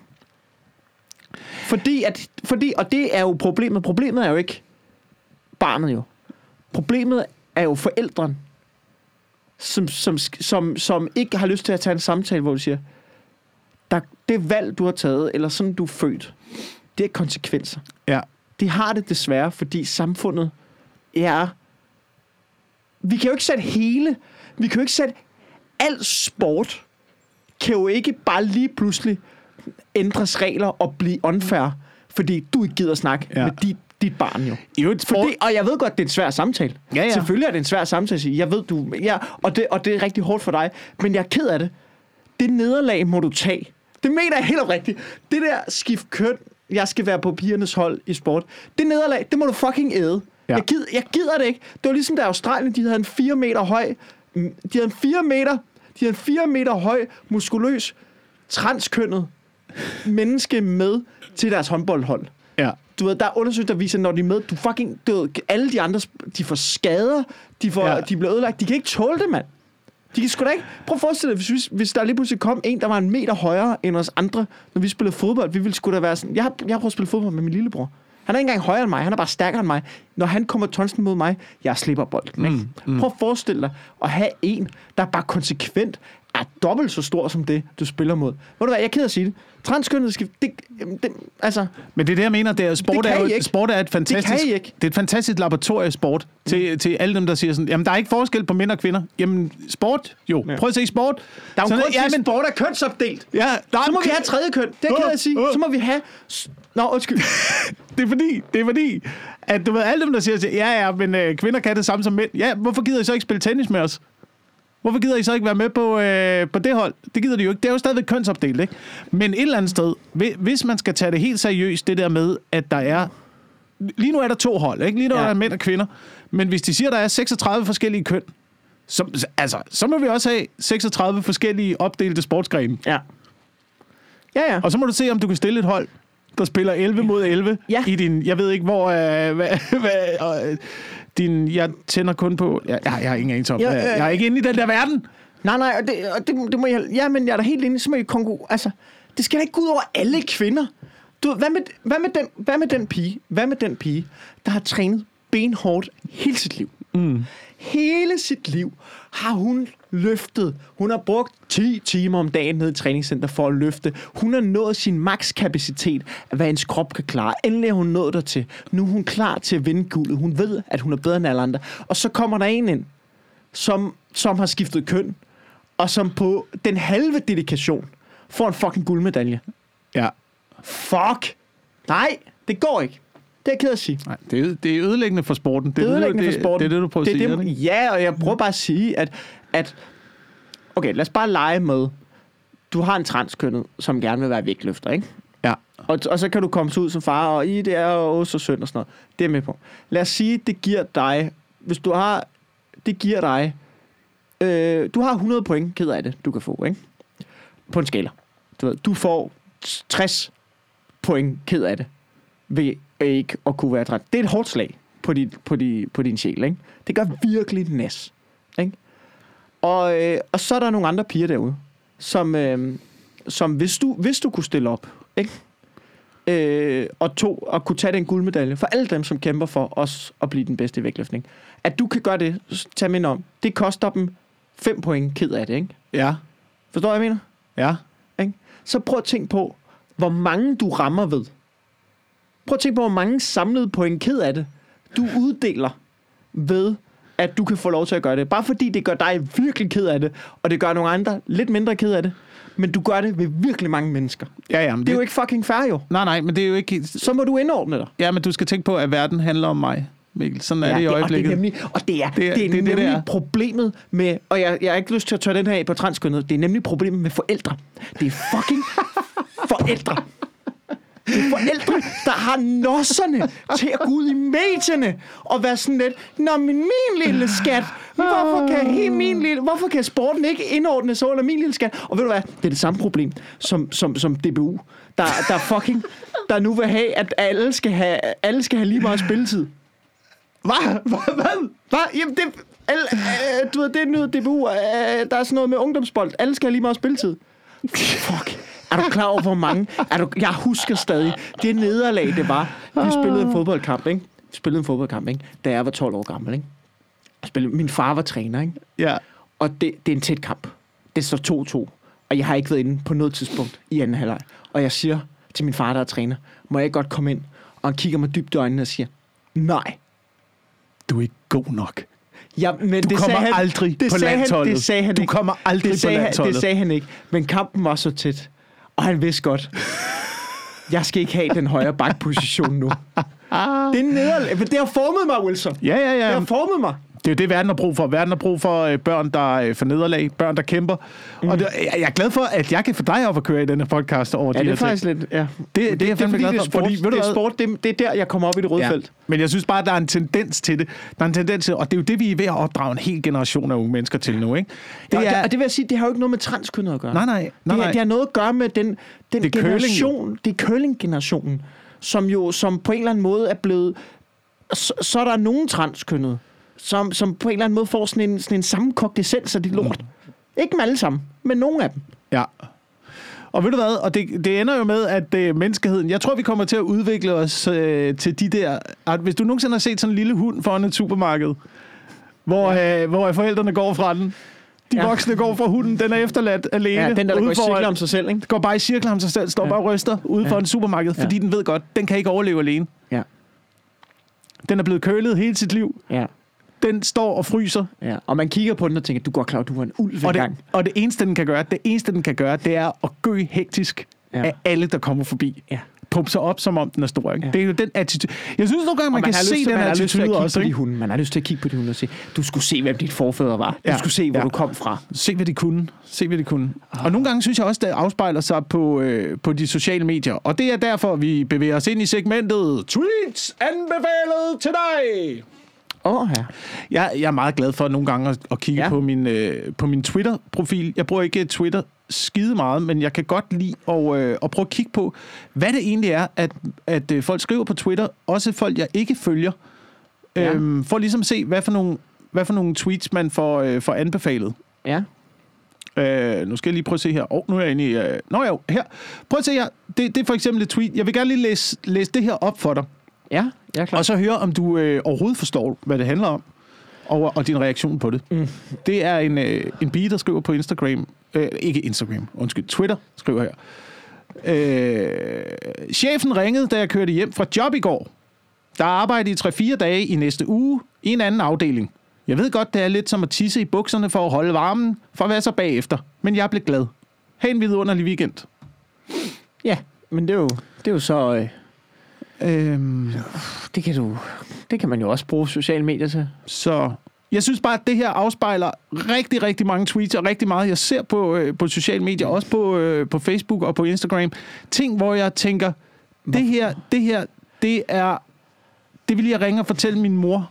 Fordi, at, fordi, og det er jo problemet. Problemet er jo ikke barnet jo. Problemet er jo forældren, som, som, som, som ikke har lyst til at tage en samtale, hvor du siger, der, det valg, du har taget, eller sådan du er født, det er konsekvenser. Ja. Det har det desværre, fordi samfundet er... Vi kan jo ikke sætte hele... Vi kan jo ikke sætte... Al sport kan jo ikke bare lige pludselig ændres regler og blive unfair, fordi du ikke gider snakke Ja. med dit, dit barn jo. Jo, et sport... Fordi, og jeg ved godt, det er en svær samtale. Ja, ja. Selvfølgelig er det en svær samtale at sige, jeg ved du... Ja, og, det, og det er rigtig hårdt for dig, men jeg er ked af det. Det nederlag må du tage. Det mener jeg helt oprigtigt. Det der skift køn, jeg skal være på pigernes hold i sport, det nederlag, det må du fucking æde. Ja. Jeg, gider, jeg gider det ikke. Det var ligesom da Australien, de havde en fire meter høj, de havde en fire meter, de havde en fire meter høj, muskuløs, transkønnet menneske med til deres håndboldhold. Ja. Du ved, der er undersøgelser, der viser, når de er med, du fucking, du ved, alle de andre, de får skader, de, får, Ja. de bliver ødelagt, de kan ikke tåle det, mand. De kan sgu da ikke... Prøv at forestille dig, hvis, hvis der lige pludselig kom en, der var en meter højere end os andre, når vi spillede fodbold. Vi ville sgu da være sådan... Jeg har, jeg har prøvet at spille fodbold med min lillebror. Han er ikke engang højere end mig. Han er bare stærkere end mig. Når han kommer tonsen mod mig, jeg slipper bolden. Ikke? Mm, mm. Prøv at forestille dig at have en, der bare konsekvent er dobbelt så stor som det, du spiller mod. Ved du hvad, jeg er ked af at sige det. Transkønnet skal... Det, det, altså... Men det er det, jeg mener, det er, sport, Det kan er, I jo, ikke. sport er et fantastisk... Det kan I ikke. Det er et fantastisk laboratoriesport mm. til, til alle dem, der siger sådan, jamen, der er ikke forskel på mænd og kvinder. Jamen, sport? Jo. Ja. Prøv at se sport. Der er jo Sådan, grund til, ja, at men- sport er kønsopdelt. Ja, der er Så må en vi køn- have tredje køn. Det er jeg ked af at sige. Åh, åh. Så må vi have... Nå, undskyld. Det er fordi, det er fordi, at du ved, alle dem, der siger, ja, ja, men øh, kvinder kan det samme som mænd. Ja, hvorfor gider I så ikke spille tennis med os? Hvorfor gider I så ikke være med på, øh, på det hold? Det gider de jo ikke. Det er jo stadigvæk kønsopdelt, ikke? Men et eller andet sted, hvi- hvis man skal tage det helt seriøst, det der med, at der er... Lige nu er der to hold, ikke? Lige nu Ja. er der mænd og kvinder. Men hvis de siger, der er seksogtredive forskellige køn, så, altså, så må vi også have seksogtredive forskellige opdelte sportsgrene. Ja. Ja, ja. Og så må du se, om du kan stille et hold, der spiller elleve mod elleve Ja. i din... Jeg ved ikke, hvor... Øh, hvad, hvad, øh, din, jeg tænder kun på... Jeg, jeg, jeg har ingen anelse om. Ja, Ja, øh, jeg er ikke inde i den der verden. Nej, nej, og det, og det, det må jeg... Ja, men jeg er da helt enig, så må I konkurrere... Altså, det skal da ikke gå ud over alle kvinder. Du, ved, hvad, med, hvad, med den, hvad med den pige, hvad med den pige, der har trænet benhårdt hele sit liv? Mm. Hele sit liv har hun løftet. Hun har brugt ti timer om dagen nede i træningscenter for at løfte. Hun har nået sin makskapacitet af, hvad hendes krop kan klare. Endelig er hun nået dertil. Nu er hun klar til at vinde guldet. Hun ved, at hun er bedre end alle andre. Og så kommer der en ind, som, som har skiftet køn, og som på den halve dedikation får en fucking guldmedalje. Ja. Fuck! Nej, det går ikke. Det er jeg ked af at sige. Nej, det er, det er ødelæggende for sporten. Det er ødelæggende for sporten. Det er det, du prøver det, at sige, det, er det ikke? Ja, og jeg prøver bare at sige, at, at... Okay, lad os bare lege med... Du har en transkønnet, som gerne vil være vægtløfter, ikke? Ja. Og, og så kan du komme ud som far, og i det er jo så søn og sådan noget. Det er med på. Lad os sige, det giver dig... Hvis du har... Det giver dig... Øh, du har hundrede point, ked af det, du kan få, ikke? På en skala. Du ved, du får tres point, ked af det, ved ikke at kunne være trans. Det er et hårdt slag på, dit, på, dit, på din sjæl, ikke? Det gør virkelig næs, ikke? Og, øh, og så er der nogle andre piger derude, som, øh, som hvis du, hvis du kunne stille op, ikke? Øh, og to, og kunne tage den guldmedalje for alle dem, som kæmper for os at blive den bedste i vægtløftning. At du kan gøre det, tag mig om, det koster dem fem point ked af det, ikke? Ja. Forstår jeg, hvad jeg Ja. mener? Ikke? Så prøv at tænke på, hvor mange du rammer ved. Prøv at tænke på, hvor mange samlede point ked af det, du uddeler ved, at du kan få lov til at gøre det. Bare fordi det gør dig virkelig ked af det, og det gør nogle andre lidt mindre ked af det, men du gør det ved virkelig mange mennesker. Ja, ja, men det er jo ikke fucking fair, jo. Nej, nej, men det er jo ikke... Så må du indordne dig. Ja, men du skal tænke på, at verden handler om mig, Mikkel. Sådan er ja, det i øjeblikket. Og det er nemlig, og det er, det er, det er det, nemlig det er. problemet med... Og jeg, jeg har ikke lyst til at tørre den her af på transkønnet. Det er nemlig problemet med forældre. Det er fucking forældre. Det er forældre, der har nosserne til at gå ud i medierne og være sådan lidt, nå, men min lille skat, hvorfor kan, he, min lille, hvorfor kan sporten ikke indordne sig under min lille skat? Og ved du hvad, det er det samme problem som, som, som D B U, der, der fucking, der nu vil have, at alle skal have, alle skal have lige meget spilletid. Hvad? Hvad? Hvad? Jamen, det, alle, øh, du ved, det er noget D B U, øh, der er sådan noget med ungdomsbold, alle skal have lige meget spilletid. Fuck. Er du klar over, hvor mange... Er du, jeg husker stadig, det nederlag, det var. Vi spillede en fodboldkamp, ikke? Vi spillede en fodboldkamp, ikke? Da jeg var tolv år gammel, ikke? Spillede, min far var træner, ikke? Ja. Og det, det er en tæt kamp. Det står to to. Og jeg har ikke været inde på noget tidspunkt i anden halvleg. Og jeg siger til min far, der er træner, må jeg godt komme ind? Og han kigger mig dybt i øjnene og siger, nej. Du er ikke god nok. Ja, men du det kommer han, aldrig det på landsholdet. Han, det sagde han du ikke. kommer aldrig det på landsholdet. Han, det sagde han ikke. Men kampen var så tæt. Og han vidste godt, jeg skal ikke have den højre bakposition nu. Det er nederlag. Det har formet mig, Wilson. Ja, ja, ja. Det har formet mig. Det er jo det, verden har brug for. Verden har brug for øh, børn, der øh, får nederlag. Børn, der kæmper. Mm. Og det, jeg, jeg er glad for, at jeg kan få dig op at køre i denne podcast over ja, de det er her faktisk ting. lidt, ja. Det, det, det er jeg fandme glad for. Det er sport, fordi, det, er sport det, det er der, jeg kommer op i det røde ja. felt. Men jeg synes bare, at der er en tendens til det. Der er en tendens til, og det er jo det, vi er ved at opdrage en hel generation af unge mennesker til nu, ikke? Det det er, er, og det vil jeg sige, det har jo ikke noget med transkønnet at gøre. Nej, nej. nej, det, nej. det har noget at gøre med den, den det generation, det er curling-generationen, som jo som på en eller anden måde er blevet... Så, så er der nogen transkønnet, som, som på en eller anden måde får sådan en, sådan en sammenkogt essens af de lort. Mm. Ikke dem alle sammen, men nogle af dem. Ja. Og ved du hvad? Og det, det ender jo med, at øh, menneskeheden... Jeg tror, vi kommer til at udvikle os øh, til de der... At hvis du nogensinde har set sådan en lille hund foran et supermarked, hvor, ja. øh, hvor forældrene går fra den. De ja. voksne går fra hunden, den er efterladt alene. Ja, den der, der går i cirkler om sig selv, ikke? Går bare i cirkler om sig selv, står ja. bare og ryster ude ja. for en supermarked, fordi ja. den ved godt, den kan ikke overleve alene. Ja. Den er blevet kølet hele sit liv. Ja. Den står og fryser. Ja. Og man kigger på den og tænker, du går klar, du var en ulv og det, gang. Og det eneste, den kan gøre, det eneste, den kan gøre, det er at gø hektisk ja. af alle, der kommer forbi. Ja. Pumpe sig op, som om den er stor. Ikke? Ja. Det er jo den attitude. Jeg synes nogle gange, man, man kan se til, den attitude også. De hunde. Man har lyst til at kigge på de hunde og sige, du skulle se, hvem dit forfædre var. Du ja. skulle se, hvor ja. du kom fra. Se, hvad de kunne. Se, hvad de kunne. Oh. Og nogle gange synes jeg også, det afspejler sig på, øh, på de sociale medier. Og det er derfor, vi bevæger os ind i segmentet Tweets anbefalet til dig. Oh, ja. jeg, jeg er meget glad for nogle gange at, at kigge ja. på min, øh, på min Twitter-profil. Jeg bruger ikke Twitter skide meget, men jeg kan godt lide at, øh, at prøve at kigge på, hvad det egentlig er, at, at øh, folk skriver på Twitter, også folk, jeg ikke følger, ja. øhm, for ligesom at se, hvad for nogle, hvad for nogle tweets, man får, øh, får anbefalet. Ja. Øh, nu skal jeg lige prøve at se her. Åh, oh, nu er jeg inde i... Øh, nå jo, her. Prøv at se her. Det, det er for eksempel et tweet. Jeg vil gerne lige læse, læse det her op for dig. Ja, jeg er klar. Og så høre, om du øh, overhovedet forstår, hvad det handler om, og, og din reaktion på det. Mm. Det er en, øh, en pige, der skriver på Instagram. Øh, ikke Instagram, undskyld. Twitter skriver her. Øh, chefen ringede, da jeg kørte hjem fra job i går. Der er arbejde i tre fire dage i næste uge i en anden afdeling. Jeg ved godt, det er lidt som at tisse i bukserne for at holde varmen, for at være så bagefter. Men jeg blev glad. Ha' en vidunderlig weekend. Ja, men det er jo, det er jo så... Øh, øhm, det, kan du, det kan man jo også bruge sociale medier til. Så jeg synes bare, at det her afspejler rigtig, rigtig mange tweets, og rigtig meget, jeg ser på, øh, på sociale medier, også på, øh, på Facebook og på Instagram. Ting, hvor jeg tænker, det her, det her, det er... Det vil jeg ringe og fortælle min mor.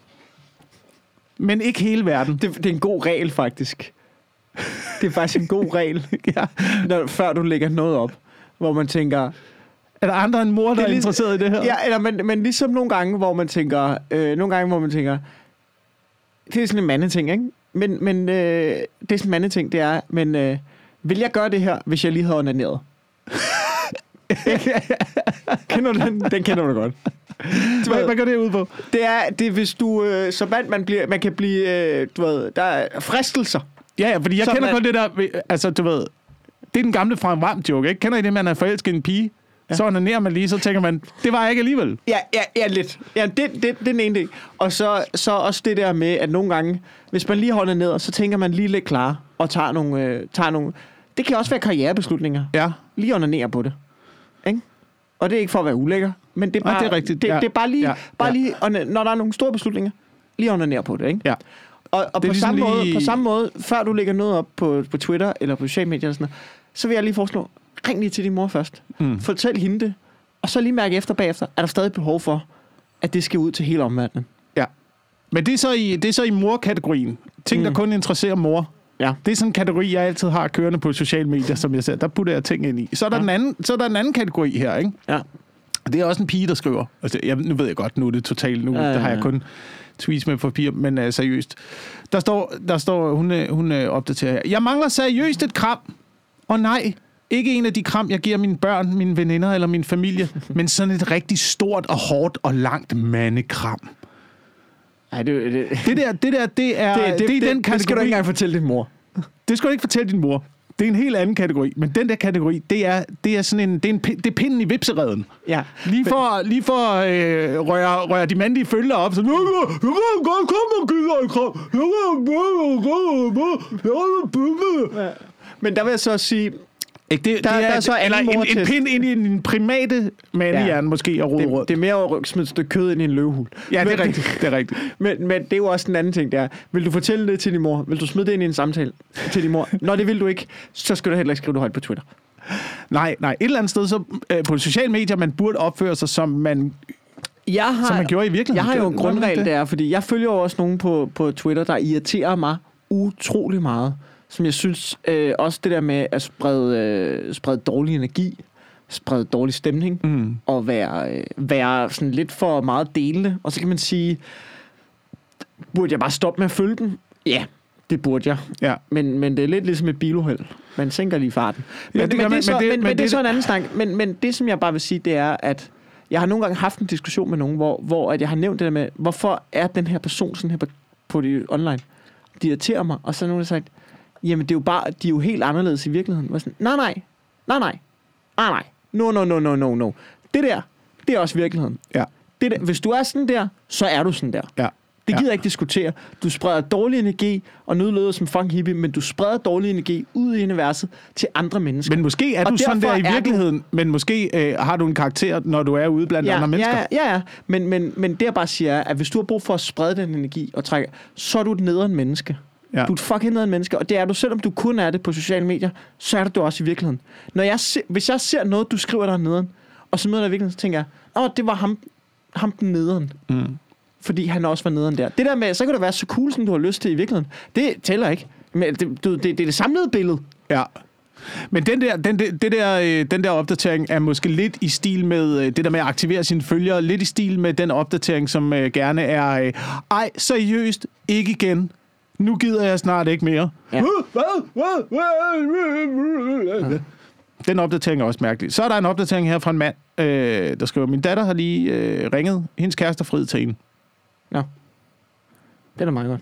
Men ikke hele verden. Det, det er en god regel, faktisk. Det er faktisk en god regel, ja. Når, før du lægger noget op, hvor man tænker... Er der andre end mor, der er, er interesseret i det her? Ja, eller, men, men ligesom nogle gange, hvor man tænker... Øh, nogle gange, hvor man tænker... Det er sådan en mandeting, ikke? Men, men øh, det er sådan en mandeting, det er... Men, øh, vil jeg gøre det her, hvis jeg lige havde onaneret? Kender du den? Den kender du godt. Hvad, hvad går det ud på? Det er, det er hvis du, øh, så man, man, bliver, man kan blive, øh, du ved, der er fristelser. Ja, ja, fordi jeg Så kender man- kun det der, altså du ved, det er den gamle Frank Hvam joke, ikke? Kender I det, man er forelsket i en pige? Ja. Så onanerer man lige, så tænker man, det var jeg ikke alligevel. Ja, ja, ja lidt. Ja, det, det, det er den ene ting. Og så, så også det der med, at nogle gange, hvis man lige holder ned, så tænker man lige lidt klar og tager nogle, øh, tager nogle... Det kan også være karrierebeslutninger. Ja. Lige onanere på det. Ikke? Og det er ikke for at være ulækker, men det er Nej, bare, det er rigtigt. Det, Ja. det er bare lige, Ja. bare Ja. lige ona- når der er nogle store beslutninger, lige onanere på det, ikke? Ja. Og, og på, ligesom samme måde, lige- på samme måde, før du lægger noget op på, på Twitter eller på sociale medier, eller sådan noget, så vil jeg lige foreslå, ring lige til din mor først. Mm. Fortæl hende det, og så lige mærke efter bagefter, er der stadig behov for, at det skal ud til hele omverdenen. Ja. Men det er så i, det er så i mor-kategorien. Ting, der Mm. kun interesserer mor. Ja. Det er sådan en kategori, jeg altid har kørende på sociale medier, som jeg ser. Der putter jeg ting ind i. Så er der, Ja. den, anden, så er der en anden kategori her, ikke? Ja. Det er også en pige, der skriver. Altså, jeg, nu ved jeg godt, nu er det totalt. Nu Ja, ja, der har ja. jeg kun tweets med papir, men uh, seriøst. Der står, der står hun, uh, hun uh, opdaterer her. Jeg mangler seriøst et kram. Og nej, ikke en af de kram, jeg giver mine børn, mine veninder eller min familie, men sådan et rigtig stort og hårdt og langt mandekram. Ej, det, det, Det der, det der, det er, det, det, det er den det skal du kategori. ikke engang fortælle din mor. Det skal du ikke fortælle din mor. Det er en helt anden kategori. Men den der kategori, det er, det er sådan en, det er, en, det er pinden i vipsereden. Ja. Lige for, lige for at øh, røre, røre de mandlige følgere op. Så, jeg kan godt komme og give dig en kram. Ja. Men der vil jeg så sige, Ikke, det, Der- det der er så eller anden en, en mortest. pind ind i en primate mandehjerne, ja. måske, og rode det, rundt. det er mere at smide et stykke kød ind i en løvehul. Ja, det er Men- rigtigt. Det er rigtigt. Men, men det er jo også den anden ting, der. Vil du fortælle det til din mor? Vil du smide det ind i en samtale til din mor? Når det vil du ikke, så skal du heller ikke skrive det højt på Twitter. Nej, nej. Et eller andet sted, så øh, på sociale medier, man burde opføre sig, som man, Jeg har, som man gjorde i virkeligheden. jeg har jo en Gør- gør man grundregel det? der, fordi jeg følger jo også nogen på, på Twitter, der irriterer mig utrolig meget. Som jeg synes, øh, også det der med at sprede, øh, sprede dårlig energi, sprede dårlig stemning, Mm. og være, øh, være sådan lidt for meget delende. Og så kan man sige, burde jeg bare stoppe med at følge dem? Ja, det burde jeg. Ja. Men, men det er lidt ligesom et biluheld. Man sænker lige farten. Men, Ja, det, det gør men, man, det, er så, men det- men, men men det er det- så en anden snak. Men, men det, som jeg bare vil sige, det er, at jeg har nogle gange haft en diskussion med nogen, hvor, hvor at jeg har nævnt det der med, hvorfor er den her person sådan her på, på det online? De irriterer mig. Og så er nogen, der har sagt, jamen det er jo bare, de er jo helt anderledes i virkeligheden. Var sådan, nej, nej, nej, nej, nej, nej, no, no, no, no, no, no. Det der, det er også virkeligheden. Ja. Det der, hvis du er sådan der, så er du sådan der. Ja. Det gider Ja. jeg ikke diskutere. Du spreder dårlig energi, og nu lyder som fucking hippie, men du spreder dårlig energi ud i universet til andre mennesker. Men måske er Og du sådan der derfor i er du- virkeligheden, men måske øh, har du en karakter, når du er ude blandt ja, andre mennesker. Ja, ja, ja. Men, men, men det jeg bare siger er, at hvis du har brug for at sprede den energi og trække, så er du et nederen menneske. Ja. Du er et fucking nederen menneske, og det er du, selvom du kun er det på sociale medier, så er du det også i virkeligheden. Når jeg se, hvis jeg ser noget, du skriver der er nederen, og så møder jeg i virkeligheden, så tænker jeg, åh, det var ham, ham den nederen. Mm. Fordi han også var nederen der. Det der med, så kan du være så cool, som du har lyst til i virkeligheden. Det tæller ikke. Men det, du, det, det er det samlede billede. Ja. Men den der, den, det det der, øh, den der opdatering er måske lidt i stil med øh, det der med at aktivere sine følgere, lidt i stil med den opdatering, som øh, gerne er, øh, ej, seriøst, ikke igen. Nu gider jeg snart ikke mere. Ja. Den opdatering er også mærkelig. Så er der en opdatering her fra en mand, øh, der skriver, min datter har lige øh, ringet, hendes kæreste er frid til hende. Ja. Det er da meget godt.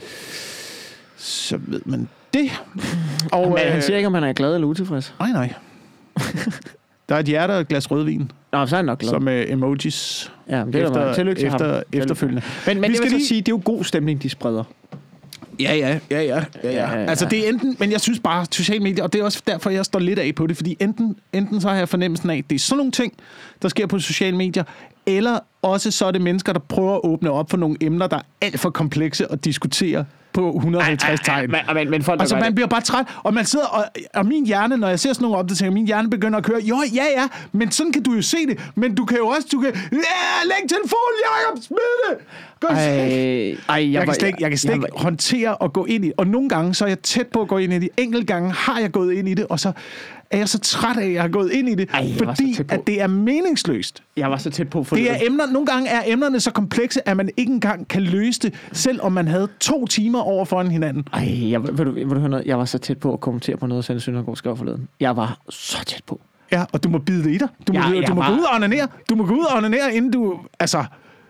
Så ved man det. Og, Men øh, han siger ikke, om han er glad eller utilfreds. nej, nej. Der er et hjerte og et glas rødvin, Nå, så er han nok glad. som øh, emojis Ja, men det er da meget. Tillykke til ham. efter, efterfølgende. Men, men Vi det skal vil så lige- sige, det er jo god stemning, de spreder. Ja, ja, ja, ja, ja, Ja, ja. ja. Altså det er enten, men jeg synes bare, sociale medier, og det er også derfor, jeg står lidt af på det, fordi enten, enten så har jeg fornemmelsen af, at det er sådan nogle ting, der sker på sociale medier, eller også så er det mennesker, der prøver at åbne op for nogle emner, der er alt for komplekse at diskutere på et hundrede og halvtreds tegn. Men, men, men folk, Altså, der gør man det- bliver bare træt, og man sidder, og, og min hjerne, når jeg ser sådan nogle opdateringer, min hjerne begynder at køre, jo, ja, ja, men sådan kan du jo se det, men du kan jo også, du kan, ja, læg telefonen, Jacob, smid det! Gå i seng. Ej, ej, jeg, Jeg kan var- slet ikke, jeg kan slet jeg ikke var- håndtere at gå ind i det. Og nogle gange, så er jeg tæt på at gå ind i det. Enkelte gange har jeg gået ind i det, og så er jeg så træt af, at jeg har gået ind i det, Ej, jeg var så fordi tæt på. at det er meningsløst. Jeg var så tæt på for Det er emner, nogle gange er emnerne så komplekse, at man ikke engang kan løse det, selv om man havde to timer over foran hinanden. Ej, jeg, vil, du, vil du høre noget? Jeg var så tæt på at kommentere på noget, Sanne Søndergaard skrev forleden. Jeg var så tæt på. Ja, og du må bide det i dig. Du må, Ja, du, jeg du må var- gå ud og onanere. Du må gå ud og onanere, inden du... Altså...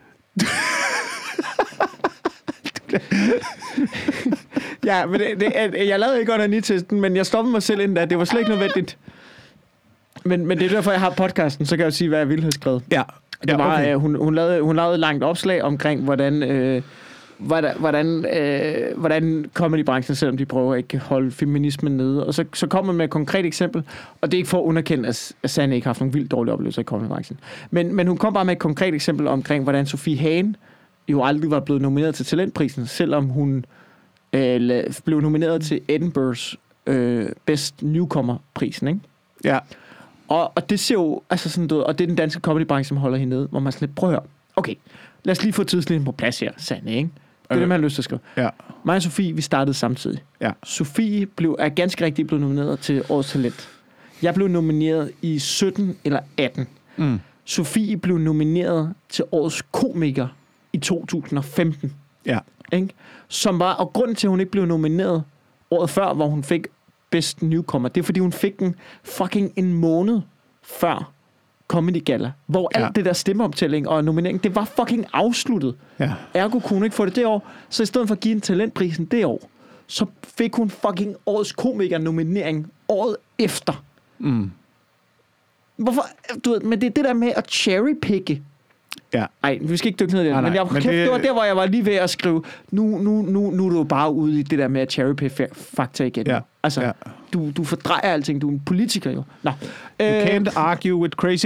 Ja, men det, det, jeg lavede ikke onani-testen, men jeg stoppede mig selv inden da. Det var slet ikke nødvendigt. Men, men det er derfor, jeg har podcasten, så kan jeg jo sige, hvad jeg ville have skrevet. Ja. Det ja, var, okay. øh, hun, hun, lavede, hun lavede et langt opslag omkring, hvordan, øh, hvordan, hvordan, øh, hvordan comedybranchen, selvom de prøver ikke at holde feminismen nede. Og så, så kom man med et konkret eksempel, og det er ikke for at underkende, at, at Sanne ikke har haft nogle vildt dårlige oplevelser i comedybranchen. Men, men hun kom bare med et konkret eksempel omkring, hvordan Sofie Hagen jo aldrig var blevet nomineret til Talentprisen, selvom hun øh, blev nomineret til Edinburghs øh, Best Newcomer-prisen, ikke? Ja. Og, og det ser jo, altså sådan noget, og det er den danske comedybranche, som holder hende nede, hvor man sådan lidt, prøv at høre, okay, lad os lige få tidslinjen på plads her, Sanne, ikke? Det er Øh. det, man har lyst til at skrive. Ja. Mig og Sofie, vi startede samtidig. Ja. Sofie blev, er ganske rigtigt blevet nomineret til Årets Talent. Jeg blev nomineret i sytten eller atten. Mm. Sofie blev nomineret til Årets Komiker i to tusind og femten. Ja. Ikke? Som var, og grunden til, at hun ikke blev nomineret året før, hvor hun fik Best Newcomer, det er, fordi hun fik den fucking en måned før Comedy Gala, hvor Ja. alt det der stemmeoptælling og nominering, det var fucking afsluttet. Ja. Ergo kunne hun ikke få det det år, så i stedet for at give en talentprisen det år, så fik hun fucking Årets Komiker-nominering året efter. Mm. Hvorfor? Du ved, men det er det der med at cherrypicke. Ja. Nej, vi skal ikke dykke ned i det. Nej, Men, nej, jeg, men kæft, det... det- det var der, hvor jeg var lige ved at skrive, nu, nu, nu, nu er du bare ude i det der med at cherrypick fakta igen. Ja. Altså, Ja. du, du fordrejer alting. Du er en politiker jo. Nå. You Øh, can't argue with crazy.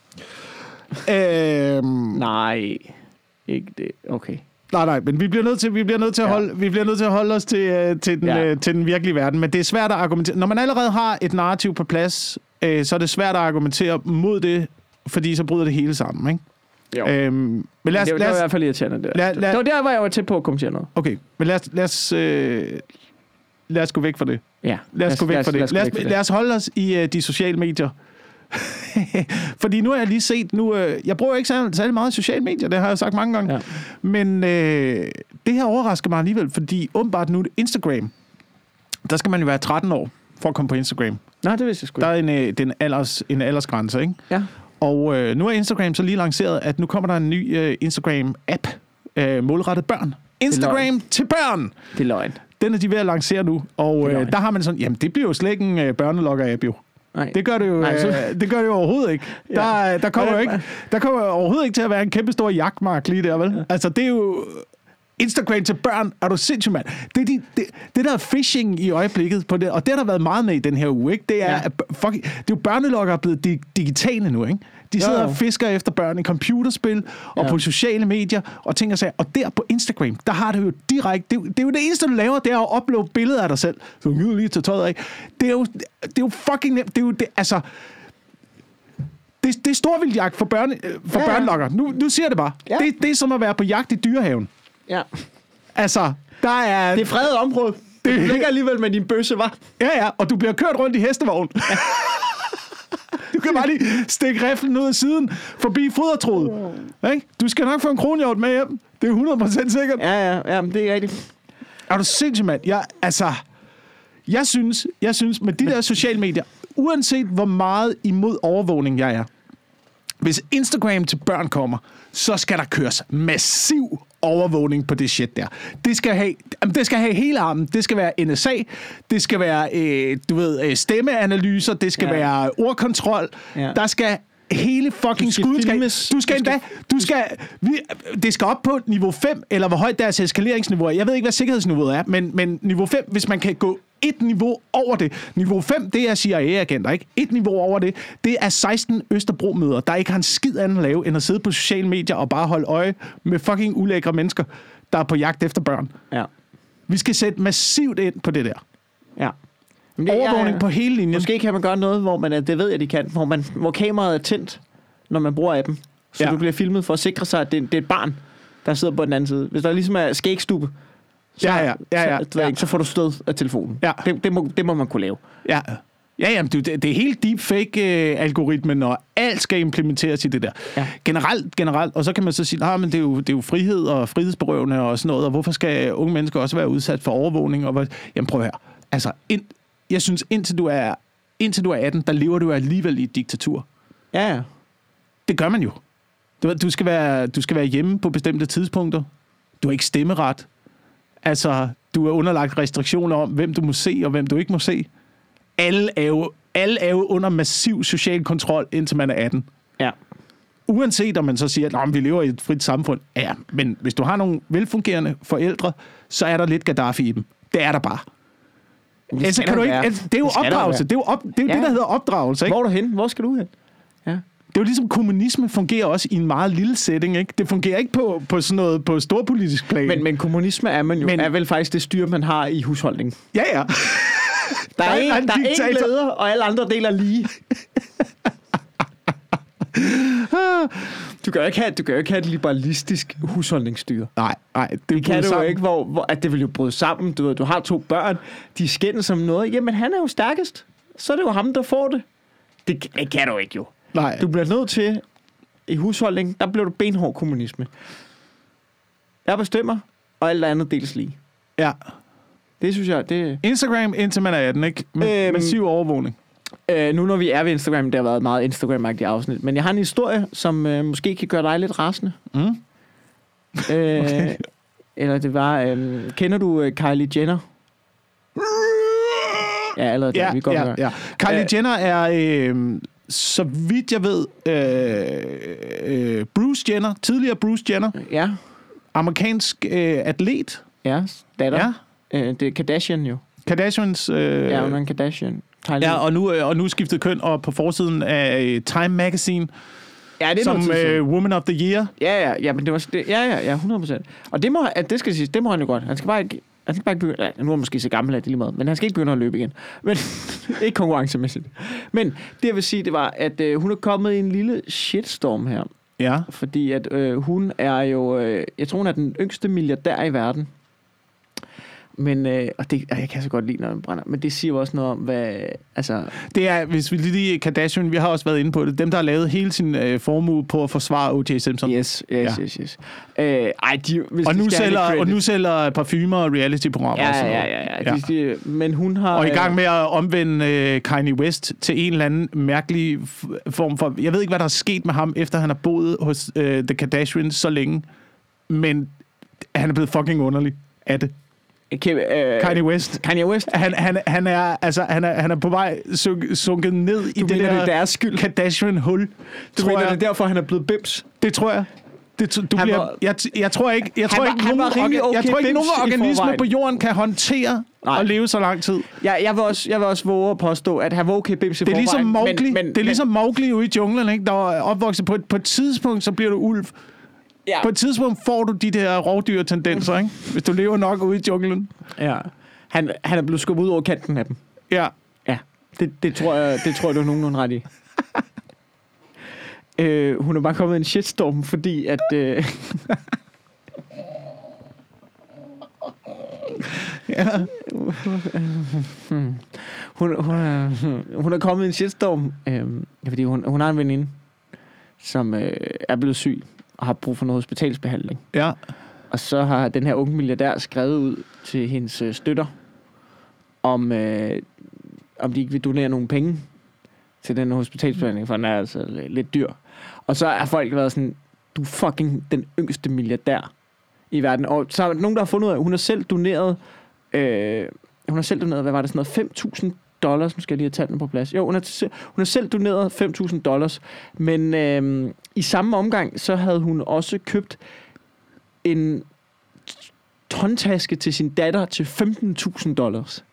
Øhm, nej, ikke det. Okay. nej, nej, men vi bliver nødt til, vi bliver nødt til at Ja. holde, vi bliver nødt til at holde os til, øh, til, den, Ja. øh, til den virkelige verden. Men det er svært at argumentere. Når man allerede har et narrativ på plads, øh, så er det svært at argumentere mod det, fordi så bryder det hele sammen, ikke? Jo. Øhm, men lad os, det, var, lad det var i os, hvert fald irriterende. Det, lad- lad- det var der, hvor jeg var tæt på at kommentere noget. okay, men lad os, lad os, øh, lad os gå væk fra det. Ja. Lad os gå væk fra det. Lad os, Lad gå os, væk fra lad os holde os i uh, de sociale medier. Fordi nu har jeg lige set, nu, øh, jeg bruger ikke særlig, særlig meget sociale medier, det har jeg sagt mange gange. Ja. Men øh, det her overrasker mig alligevel, fordi åbenbart nu Instagram, der skal man jo være tretten år for at komme på Instagram. Nej, det vidste jeg sgu Der ikke. er en, øh, den alders, en aldersgrænse, ikke? Ja. Og øh, nu er Instagram så lige lanceret, at nu kommer der en ny øh, Instagram-app, øh, målrettet børn. Instagram til børn! Det er løgn. Den er de ved at lancere nu, og Det er øh, løgn. der har man sådan, jamen det bliver jo slet ikke en øh, børnelogger-app jo. Nej. Det gør det jo, Nej, så- øh, det gør det jo overhovedet ikke. Ja. Der, der kommer jo Ja. ikke, der kommer jo overhovedet ikke til at være en kæmpe stor jagtmark lige der, vel? Ja. Altså det er jo Instagram til børn, er du sindssygt, mand. Det, er de, det, det der er phishing i øjeblikket på det, og det har der været meget med i den her uge, ikke? Det er, Ja. ja. fuck, det er jo børneloggere blevet di- digitale nu, ikke? De sidder Jo, jo. og fisker efter børn i computerspil og Ja. på sociale medier og ting og sager. Og der på Instagram, der har det jo direkte... Det, er jo- det er jo det eneste, du laver, det er at uploade billeder af dig selv. Så du kan lige tage tøjet af. Det er jo, det er jo fucking nemt. Det er jo det, altså... Det, det er storvildjagt for, børne, øh, for Ja, ja, ja. børnelokker. Nu, nu siger jeg det bare. Ja. Det, det er som at være på jagt i dyrehaven. Ja. Altså, der er... Det er fredet område. Det ligger alligevel med din bøsse, var. Ja, ja, og du bliver kørt rundt i hestevogn. Du kan bare lige stikke riflen ud af siden, forbi fodertroet. Ikke? Du skal nok få en kronhjort med hjem. Det er hundrede procent sikkert. Ja, ja, ja, men det er rigtigt. Er du sindssygt, mand? Jeg, altså, jeg synes, jeg synes, med de der sociale medier, uanset hvor meget imod overvågning jeg er, hvis Instagram til børn kommer, så skal der køres massiv overvågning på det shit der. Det skal have, jamen, det skal have hele armen. Det skal være N S A, det skal være, øh, du ved, øh, stemmeanalyser, det skal Ja. ja. være ordkontrol. Ja. Der skal hele fucking Du skal skuden skal, filmes. du skal Du skal- endda, du skal, vi, det skal op på niveau fem, eller hvor højt deres eskaleringsniveau er. Jeg ved ikke, hvad sikkerhedsniveauet er, men, men niveau fem, hvis man kan gå et niveau over det. Niveau fem, det er C I A-agenter, ikke? Et niveau over det, det er seksten Østerbro-møder, der ikke har en skid andet at lave, end at sidde på sociale medier og bare holde øje med fucking ulækre mennesker, der er på jagt efter børn. Ja. Vi skal sætte massivt ind på det der. Ja. Men det- Overvågning ja, på hele linjen. Måske kan man gøre noget, hvor man, er- det ved jeg, de kan, hvor, man, hvor kameraet er tændt, når man bruger appen. Så Ja. du bliver filmet for at sikre sig, at det, det er et barn. der sidder på den anden side. Hvis der ligesom er skægstube, så, Ja, ja, ja, ja, så, ja. så får du stød af telefonen. Ja. Det, det, må, det må man kunne lave. Ja. Ja, jamen, det, det er helt deepfake-algoritmen, og alt skal implementeres i det der. Ja. Generelt, generelt, og så kan man så sige, nej, men det er, jo, det er jo frihed og frihedsberøvende og sådan noget, og hvorfor skal unge mennesker også være udsat for overvågning? Og, jamen prøv at høre, altså, ind, jeg synes, indtil du, er, indtil du er atten, der lever du alligevel i et diktatur. Ja, ja. Det gør man jo. Du, du, skal være, du skal være hjemme på bestemte tidspunkter. Du har ikke stemmeret. Altså, du er underlagt restriktioner om, hvem du må se og hvem du ikke må se. Alle er jo, alle er jo under massiv social kontrol, indtil man er atten. Ja. Uanset om man så siger, at vi lever i et frit samfund. Ja, men hvis du har nogle velfungerende forældre, så er der lidt Gaddafi i dem. Det er der bare. Det, altså, kan du ikke, altså, det er jo det opdragelse. Det er jo, op, det, er jo ja. det, der hedder opdragelse. Ikke? Hvor er du hen? Hvor skal du hen? Ja. Det er jo ligesom, kommunisme fungerer også i en meget lille setting. Ikke? Det fungerer ikke på, på sådan noget på storpolitisk plan. Men, men kommunisme er, man jo, men, er vel faktisk det styre, man har i husholdningen. Ja, ja. Der er, en, en der er en diktator. leder, og alle andre deler lige. Du kan jo ikke have, du kan jo ikke have et liberalistisk husholdningsstyre. Nej, nej. Det, Det kan du jo ikke, hvor, hvor at det vil jo bryde sammen. Du, ved, du har to børn, de skændes som noget. Jamen, han er jo stærkest. Så er det jo ham, der får det. Det, det kan du ikke jo. Nej. Du bliver nødt til, i husholdning, der bliver du benhård kommunisme. Jeg bestemmer, og alt andet deles lige. Ja. Det synes jeg, det... Instagram indtil man er atten, ikke? Med, Øhm, massiv overvågning. Øh, nu når vi er ved Instagram, det har været et meget Instagram-agtigt afsnit, men jeg har en historie, som øh, måske kan gøre dig lidt rasende. Mm. Øh, Okay. Eller det var... Øh, kender du øh, Kylie Jenner? Ja, allerede Ja, der. Vi går ja, med. ja. Kylie Øh, Jenner er, øh, så vidt jeg ved, øh, øh, Bruce Jenner, tidligere Bruce Jenner, Ja, amerikansk øh, atlet. ja, datter. Ja. Øh, det er Kardashian jo. Kardashians... Øh, Ja, hun er en Kardashian. Kylie. ja, og nu, øh, og nu skiftet køn, og på forsiden af øh, Time Magazine, ja, det er som noget tid siden. øh, Woman of the Year. Ja, ja, ja, men det var det, ja, ja, ja, hundrede procent. Og det må, at det skal siges, det må han jo godt. Han skal bare ikke, han skal bare ikke begynde, ja, nu er han måske så gammel, at det er lige meget, men han skal ikke begynde at løbe igen. Men ikke konkurrencemæssigt. Men det jeg vil sige, det var, at øh, hun er kommet i en lille shitstorm her, Ja. fordi at øh, hun er jo, øh, jeg tror hun er den yngste milliardær i verden. Men, øh, og det, og jeg kan så godt lide, når den brænder, men det siger jo også noget om, hvad, altså... Det er, hvis vi lige Kardashian, vi har også været inde på det, dem, der har lavet hele sin øh, formue på at forsvare O J Simpson. Yes, yes, Ja. yes, yes. Øh, ej, de, hvis Og de nu, skal have sælger, lidt og credit. nu sælger parfumer og reality-programmer. Ja, og sådan ja, noget. ja, ja. De, de, men hun har... Og i gang med at omvende øh, Kanye West til en eller anden mærkelig f- form for... Jeg ved ikke, hvad der er sket med ham, efter han har boet hos øh, The Kardashians så længe. Men han er blevet fucking underlig af det. Okay, øh, Kanye West. Kanye West? Han, han, han, er, altså, han, er, han er på vej sunk, sunket ned i Du det mener, der det er deres skyld? Kardashian-hul. Du tror mener, jeg. det er derfor, han er blevet bims? Det tror jeg. Det, du Han bliver, var- jeg, jeg tror ikke, jeg tror var- ikke, han nogen, var rimelig orga- jeg okay tror ikke, bims nogen i organisme forvejen. på jorden kan håndtere Nej. at leve så lang tid. Ja, jeg vil også, jeg vil også våge at påstå, at han var okay bims i Det er ligesom forvejen, Mowgli. Men, men, det er ligesom Mowgli ude i junglen, ikke? Der er opvokset på et, på et tidspunkt, så bliver du ulv. ja, På et tidspunkt får du de der rovdyr-tendenser, ikke? Hvis du lever nok ude i junglen. ja. Han, han er blevet skubbet ud over kanten af dem. Ja. Ja, det, det, tror jeg, det tror jeg, du er nogenlunde ret i. øh, hun er bare kommet i en shitstorm, fordi at... Øh, Ja. hun, hun, er, hun er kommet i en shitstorm, øh, fordi hun, hun har en veninde, som øh, er blevet syg og har brug for noget hospitalsbehandling. Ja. Og så har den her unge milliardær skrevet ud til hendes øh, støtter, om, øh, om de ikke vil donere nogle penge til den hospitalsbehandling, for den er altså lidt dyr. Og så er folk været sådan, du er fucking den yngste milliardær i verden. Og så er der nogen, der har fundet ud af, hun har selv doneret, øh, hun har selv doneret, hvad var det, sådan noget, fem tusind dollars, nu skal jeg lige have tallene på plads. Jo, hun har, hun har selv doneret fem tusind dollars, men øh, i samme omgang, så havde hun også købt en håndtaske til sin datter til femten tusind dollars.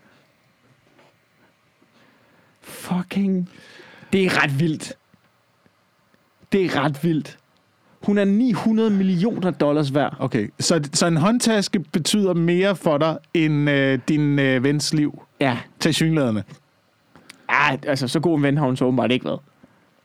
Fucking... Det er ret vildt. Det er ret vildt. Hun er ni hundrede millioner dollars værd. Okay. Så, så en håndtaske betyder mere for dig, end øh, din øh, vens liv Ja. til synlæderne. Ja, altså, så god en ven har hun så åbenbart ikke været.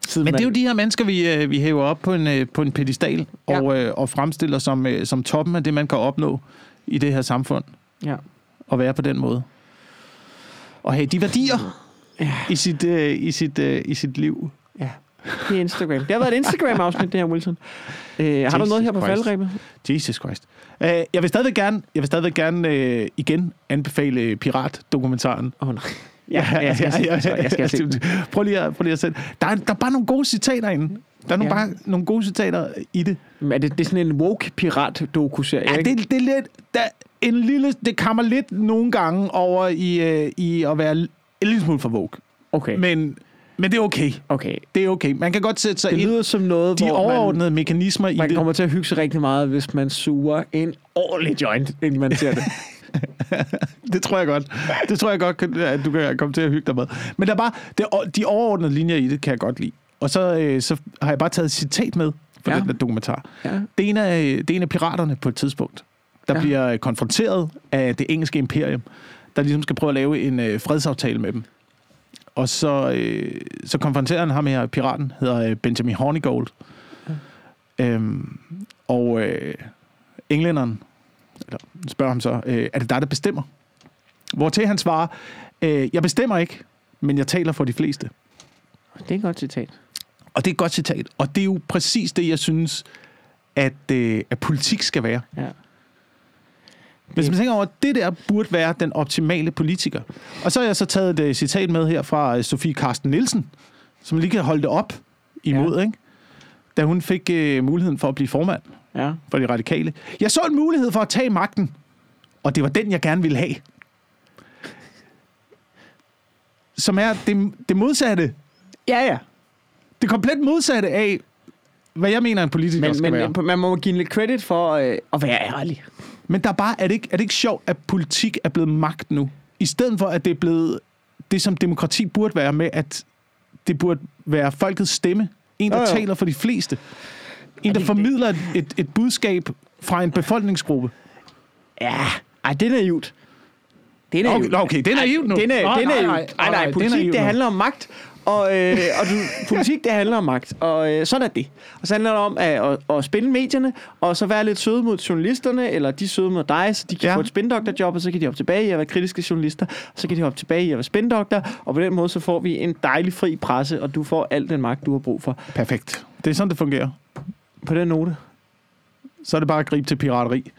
siden Men det er jo man- de her mennesker, vi, vi hæver op på en, på en pedestal Ja. og, øh, og fremstiller som, øh, som toppen af det, man kan opnå i det her samfund. Ja. At være på den måde. Og have de værdier Ja. i, sit, øh, i, sit, øh, i sit liv. Ja, det er Instagram. Det har været et Instagram-afsnit, det her, Wilson. Øh, har du noget her på Christ. faldrebet? Jesus Christ. Uh, jeg vil stadigvæk gerne, jeg vil stadigvæk gerne uh, igen anbefale Pirat-dokumentaren. Åh, oh, nej. Ja, ja, jeg skal se den, så jeg skal se den. Prøv lige at, prøv lige at sætte. Der er, der er bare nogle gode citater inde. Der er nogle, Ja. bare nogle gode citater i det. Men er det, det er sådan en woke-pirat-doku-serie, Ja, ikke? det, det er lidt... Der, en lille, det kammer lidt nogle gange over i, uh, i at være en lille smule for woke. Okay, Men, men det er okay. okay. Det er okay. Man kan godt sætte sig Det ind lyder som noget, de hvor overordnede mekanismer i man, man det. kommer til at hygge sig rigtig meget, hvis man suger en ordentlig joint, inden man ser det. Det tror jeg godt. Det tror jeg godt, at du kan komme til at hygge dig med. Men der er bare, det, de overordnede linjer i det, kan jeg godt lide. Og så, øh, så har jeg bare taget et citat med for Ja. den der dokumentar. Ja. Det er en af, det er en af piraterne på et tidspunkt, der Ja. ja. bliver konfronteret af det engelske imperium, der ligesom skal prøve at lave en øh, fredsaftale med dem. Og så, øh, så konfronterer han ham her, piraten, hedder øh, Benjamin Hornigold. Ja. Øhm, og øh, englænderen eller spørger ham så, øh, er det dig, der bestemmer? Hvortil han svarer, øh, jeg bestemmer ikke, men jeg taler for de fleste. Det er et godt citat. Og det er et godt citat. Og det er jo præcis det, jeg synes, at, øh, at politik skal være. Ja. Hvis man tænker over, at det der burde være den optimale politiker. Og så har jeg så taget et uh, citat med her fra uh, Sofie Carsten Nielsen, som lige kan holde det op imod, ja. Ikke? Da hun fik uh, muligheden for at blive formand Ja. for de radikale. Jeg så en mulighed for at tage magten, og det var den, jeg gerne ville have. Som er det, det modsatte. Ja, ja. Det komplet modsatte af, hvad jeg mener, en politiker Men, skal men være. man må give en lidt credit for øh, at være ærlig. Men der er bare, er det, ikke, er det ikke sjovt, at politik er blevet magt nu? I stedet for, at det er blevet det, som demokrati burde være med, at det burde være folkets stemme. En, der Jo, jo. taler for de fleste. En, der formidler et, et, et budskab fra en befolkningsgruppe. Ja, ej, det er naivt. Det er Okay, naivt. nå, okay, det er naivt nu. Det er naivt. Nå, Det er nej, naivt. nej, Nej, nej, nej, det er politik, naivt det nu. handler om magt. Og, øh, og du, politik, det handler om magt. Og øh, sådan er det. Og så handler det om at, at, at spænde medierne, og så være lidt søde mod journalisterne, eller de søde mod dig, så de kan Ja. ja. få et spændoktorjob, og så kan de hoppe tilbage i at være kritiske journalister, og så kan de hoppe tilbage i at være spændoktor, og på den måde så får vi en dejlig fri presse, og du får al den magt, du har brug for. Perfekt. Det er sådan, det fungerer. På den note. Så er det bare at gribe til pirateri.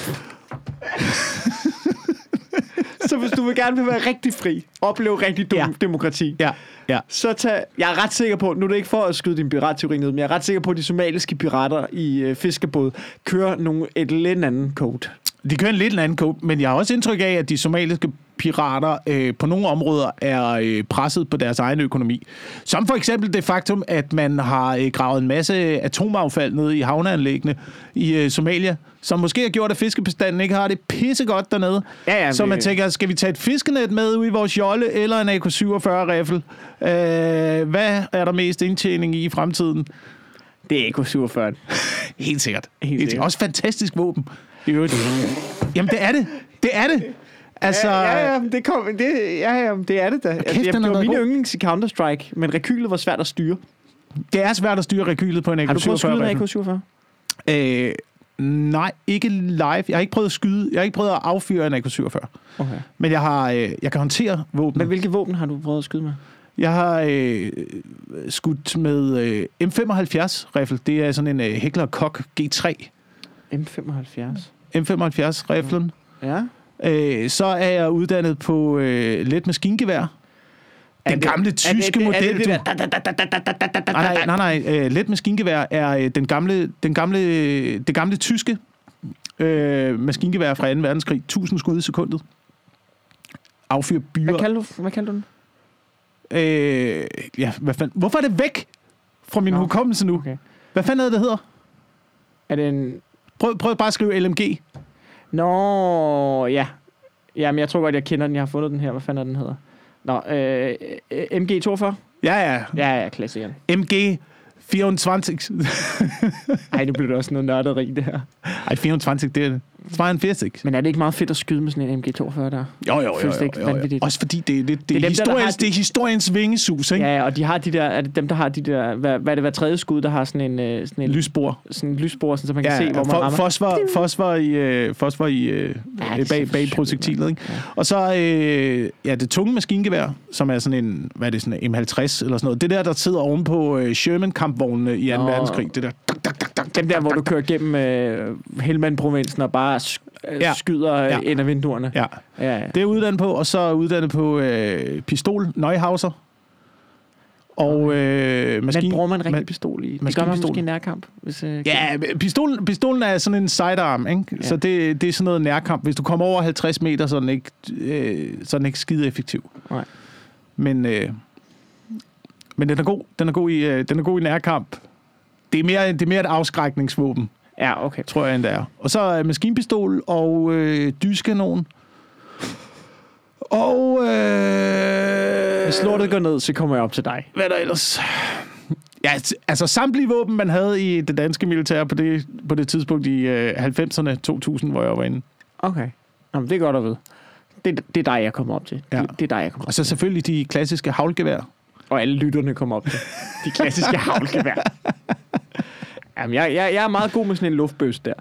Så hvis du vil gerne vil være rigtig fri, opleve rigtig dum Ja. demokrati, Ja, ja. så tag, jeg er ret sikker på, nu er det ikke for at skyde din piratteori ned, men jeg er ret sikker på, at de somaliske pirater i øh, fiskebåd kører nogle, et lidt anden code. De kører en lidt anden code, men jeg har også indtryk af, at de somaliske pirater øh, på nogle områder er øh, presset på deres egen økonomi. Som for eksempel det faktum, at man har øh, gravet en masse atomaffald ned i havneanlæggene i øh, Somalia, som måske har gjort, at fiskebestanden ikke har det pissegodt dernede. Ja, ja, så men- man tænker, skal vi tage et fiskenet med ud i vores jolle, eller en A K syvogfyrre-riffel? Øh, hvad er der mest indtjening i i fremtiden? Det er A K syvogfyrre. Helt sikkert. Helt Helt sikkert. Også fantastisk våben. I øvrigt. Jamen, det er det. Det er det. Altså, Ja, ja, ja, det, kom, det, ja, ja, det er det da. Altså, den jeg, har det var været min god. yndlings i Counter-Strike, men rekylet var svært at styre. det er svært at styre rekylet på en A K Har du prøvet at skyde med A syvogfyrre. K syvogfyrre? Øh, nej, ikke live. Jeg har ikke prøvet at skyde. Jeg har ikke prøvet at affyre en A K syvogfyrre. Okay. Men jeg har, øh, jeg kan håndtere våben. Men hvilke våben har du prøvet at skyde med? Jeg har øh, skudt med øh, M femoghalvfjerds-riffel. Det er sådan en øh, Heckler Koch G tre. M femoghalvfjerds. M femoghalvfjerds-riflen. Ja. Øh, så er jeg uddannet på øh, let maskingevær. Den gamle tyske model, du. Nej, nej, nej, nej. Uh, let maskingevær er uh, den gamle, den gamle, det gamle tyske uh, maskingevær fra anden verdenskrig. tusind skud i sekundet. Affyr byer. Hvad kalder du, hvad kalder du den? Uh, ja, hvad fanden? Hvorfor er det væk fra min Nå, hukommelse nu? okay. Hvad fanden er det, det hedder? Er det en... Prøv, prøv bare at skrive L M G. Nå, ja. Jamen, jeg tror godt, jeg kender den. Jeg har fundet den her. Hvad fanden er den hedder? Nå, øh, M G toogfyrre? Ja, ja. Ja, ja, klassikeren. M G fireogtyve. Ej, nu bliver det også noget nørderi, det her. Ej, fireogtyve, det er det. Så var en fire seks. Men er det ikke meget fedt at skyde med sådan en M G toogfyrre der? Jo, jo, jo. Føles det jo, ikke jo, jo. vanvittigt? Også fordi det, det, det, det, Det er er, dem, historiens, der har- det er historiens vingesus, ikke? Ja, og de har de der, er det dem, der har de der, hvad, hvad er det, hver tredje skud, der har sådan en, øh, sådan en Lysspor. sådan en lysspor, sådan, så man kan Ja, se, hvor man for, rammer. fosfor, fosfor i, øh, fosfor i øh, Ja, det ser bag, bag for projektilet, ikke? Ja. Og så øh, ja, det tunge maskingevær, som er sådan en, hvad er det, sådan en M halvtreds eller sådan noget. Det der, der sidder oven på øh, Sherman-kampvognene i anden Nå. verdenskrig. Det der. Tak, tak, tak, tak, Dem der, hvor du kører gennem øh, Helmand-provinsen og bare sk- øh, Ja. skyder Ja. ja. ind af vinduerne. Ja, Ja, ja. det er uddannet på, og så er uddannet på øh, pistol, Neuhauser. Og øh, Men maskine... bruger man rigtig ma- pistol i? Det gør man maskinpistol. måske i nærkamp. Hvis, øh, Ja, pistolen, pistolen er sådan en sidearm, ikke? Ja. Så det, det er sådan noget nærkamp. Hvis du kommer over halvtreds meter, så er den ikke, øh, så er den ikke skide effektiv. Nej. Men, øh, men den er god. Den er god i, øh, den er god i nærkamp. Det er mere, det er mere et afskrækningsvåben, Ja, okay. tror jeg, end det er. Og så er maskinpistol og øh, dyskanon. Og øh, Hvis lortet går ned, så kommer jeg op til dig. hvad er der ellers? Ja, altså samtlige våben, man havde i det danske militær på det, på det tidspunkt i øh, halvfemserne, to tusind, hvor jeg var inde. Okay. Jamen, det er godt at vide. Det, det er dig, jeg kommer op til. Ja. Det, det er dig, jeg kommer op Og så selvfølgelig de klassiske havlgevær. Og alle lytterne kommer op til. De klassiske havlgevær. Jamen, jeg, jeg, jeg er meget god med sådan en luftbøs der.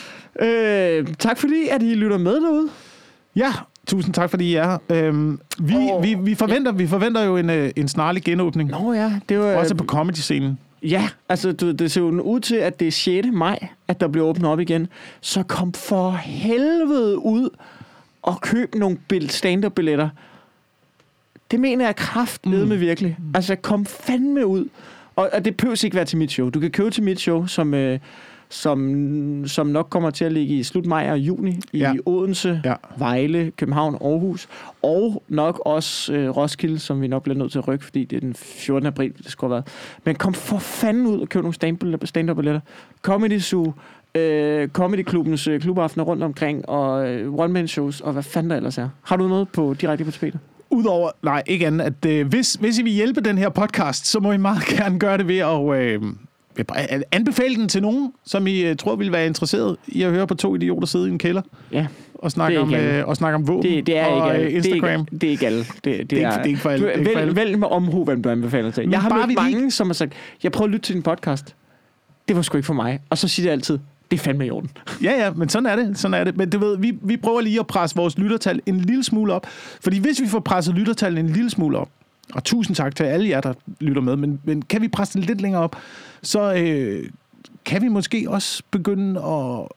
Øh, tak fordi, at I lytter med derude. Ja, tusind tak, fordi I er her. Øhm, vi, Og- vi, vi, forventer, vi forventer jo en, øh, en snarlig genåbning. Nå ja, det var... Også på comedy-scenen. Ja, altså du, det ser jo ud til, at det er sjette maj, at der bliver åbnet op igen. Så kom for helvede ud og køb nogle bill- stand-up-billetter. Det mener jeg kraftedeme med virkelig. Altså kom fandme ud. Og, og det behøver ikke være til mit show. Du kan købe til mit show, som, øh, som, som nok kommer til at ligge i slut maj og juni i Ja. Odense, Ja. Vejle, København, Aarhus. Og nok også øh, Roskilde, som vi nok bliver nødt til at rykke, fordi det er den fjortende april, det skulle have været. Men kom for fanden ud og køb nogle stand- stand-up-billetter. Comedy Zoo, øh, Comedy-klubbens øh, klubaftener rundt omkring, og øh, one-man-shows, og hvad fanden der ellers er. Har du noget på direkte på tapetet? Udover, nej, ikke andet, at øh, hvis, hvis I vil hjælpe den her podcast, så må I meget gerne gøre det ved at øh, at anbefale den til nogen, som I øh, tror ville være interesseret i at høre på to idioter sidde i en kælder Ja, og snakke, Det er om, ikke alle. øh, og snakke om våben det, det er og ikke øh, alle. Instagram. Det er ikke, det er ikke alle. Det, det, Det er ikke- det er ikke for alle. Du, Det er ikke for vælg, alle. vælg med omhu, hvem du anbefaler til. Men Jeg har bare mødt vi mange, lige- som har sagt, jeg prøver at lytte til din podcast. Det var sgu ikke for mig. Og så siger de altid, det er fandme i orden. Ja, ja, men sådan er det. Sådan er det. Men du ved, vi, vi prøver lige at presse vores lyttertal en lille smule op. Fordi hvis vi får presset lyttertallet en lille smule op, og tusind tak til alle jer, der lytter med, men, men kan vi presse det lidt længere op, så øh, kan vi måske også begynde at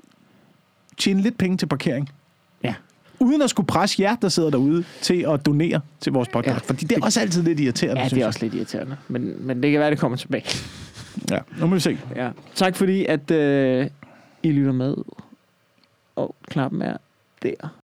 tjene lidt penge til parkering. Ja. Uden at skulle presse jer, der sidder derude, til at donere til vores podcast. Ja. Fordi det er også altid lidt irriterende, Ja, det synes er jeg. også lidt irriterende. Men, men det kan være, det kommer tilbage. Ja, nu må vi se. Ja. Tak fordi, at øh, I lytter med. Og klappen er der.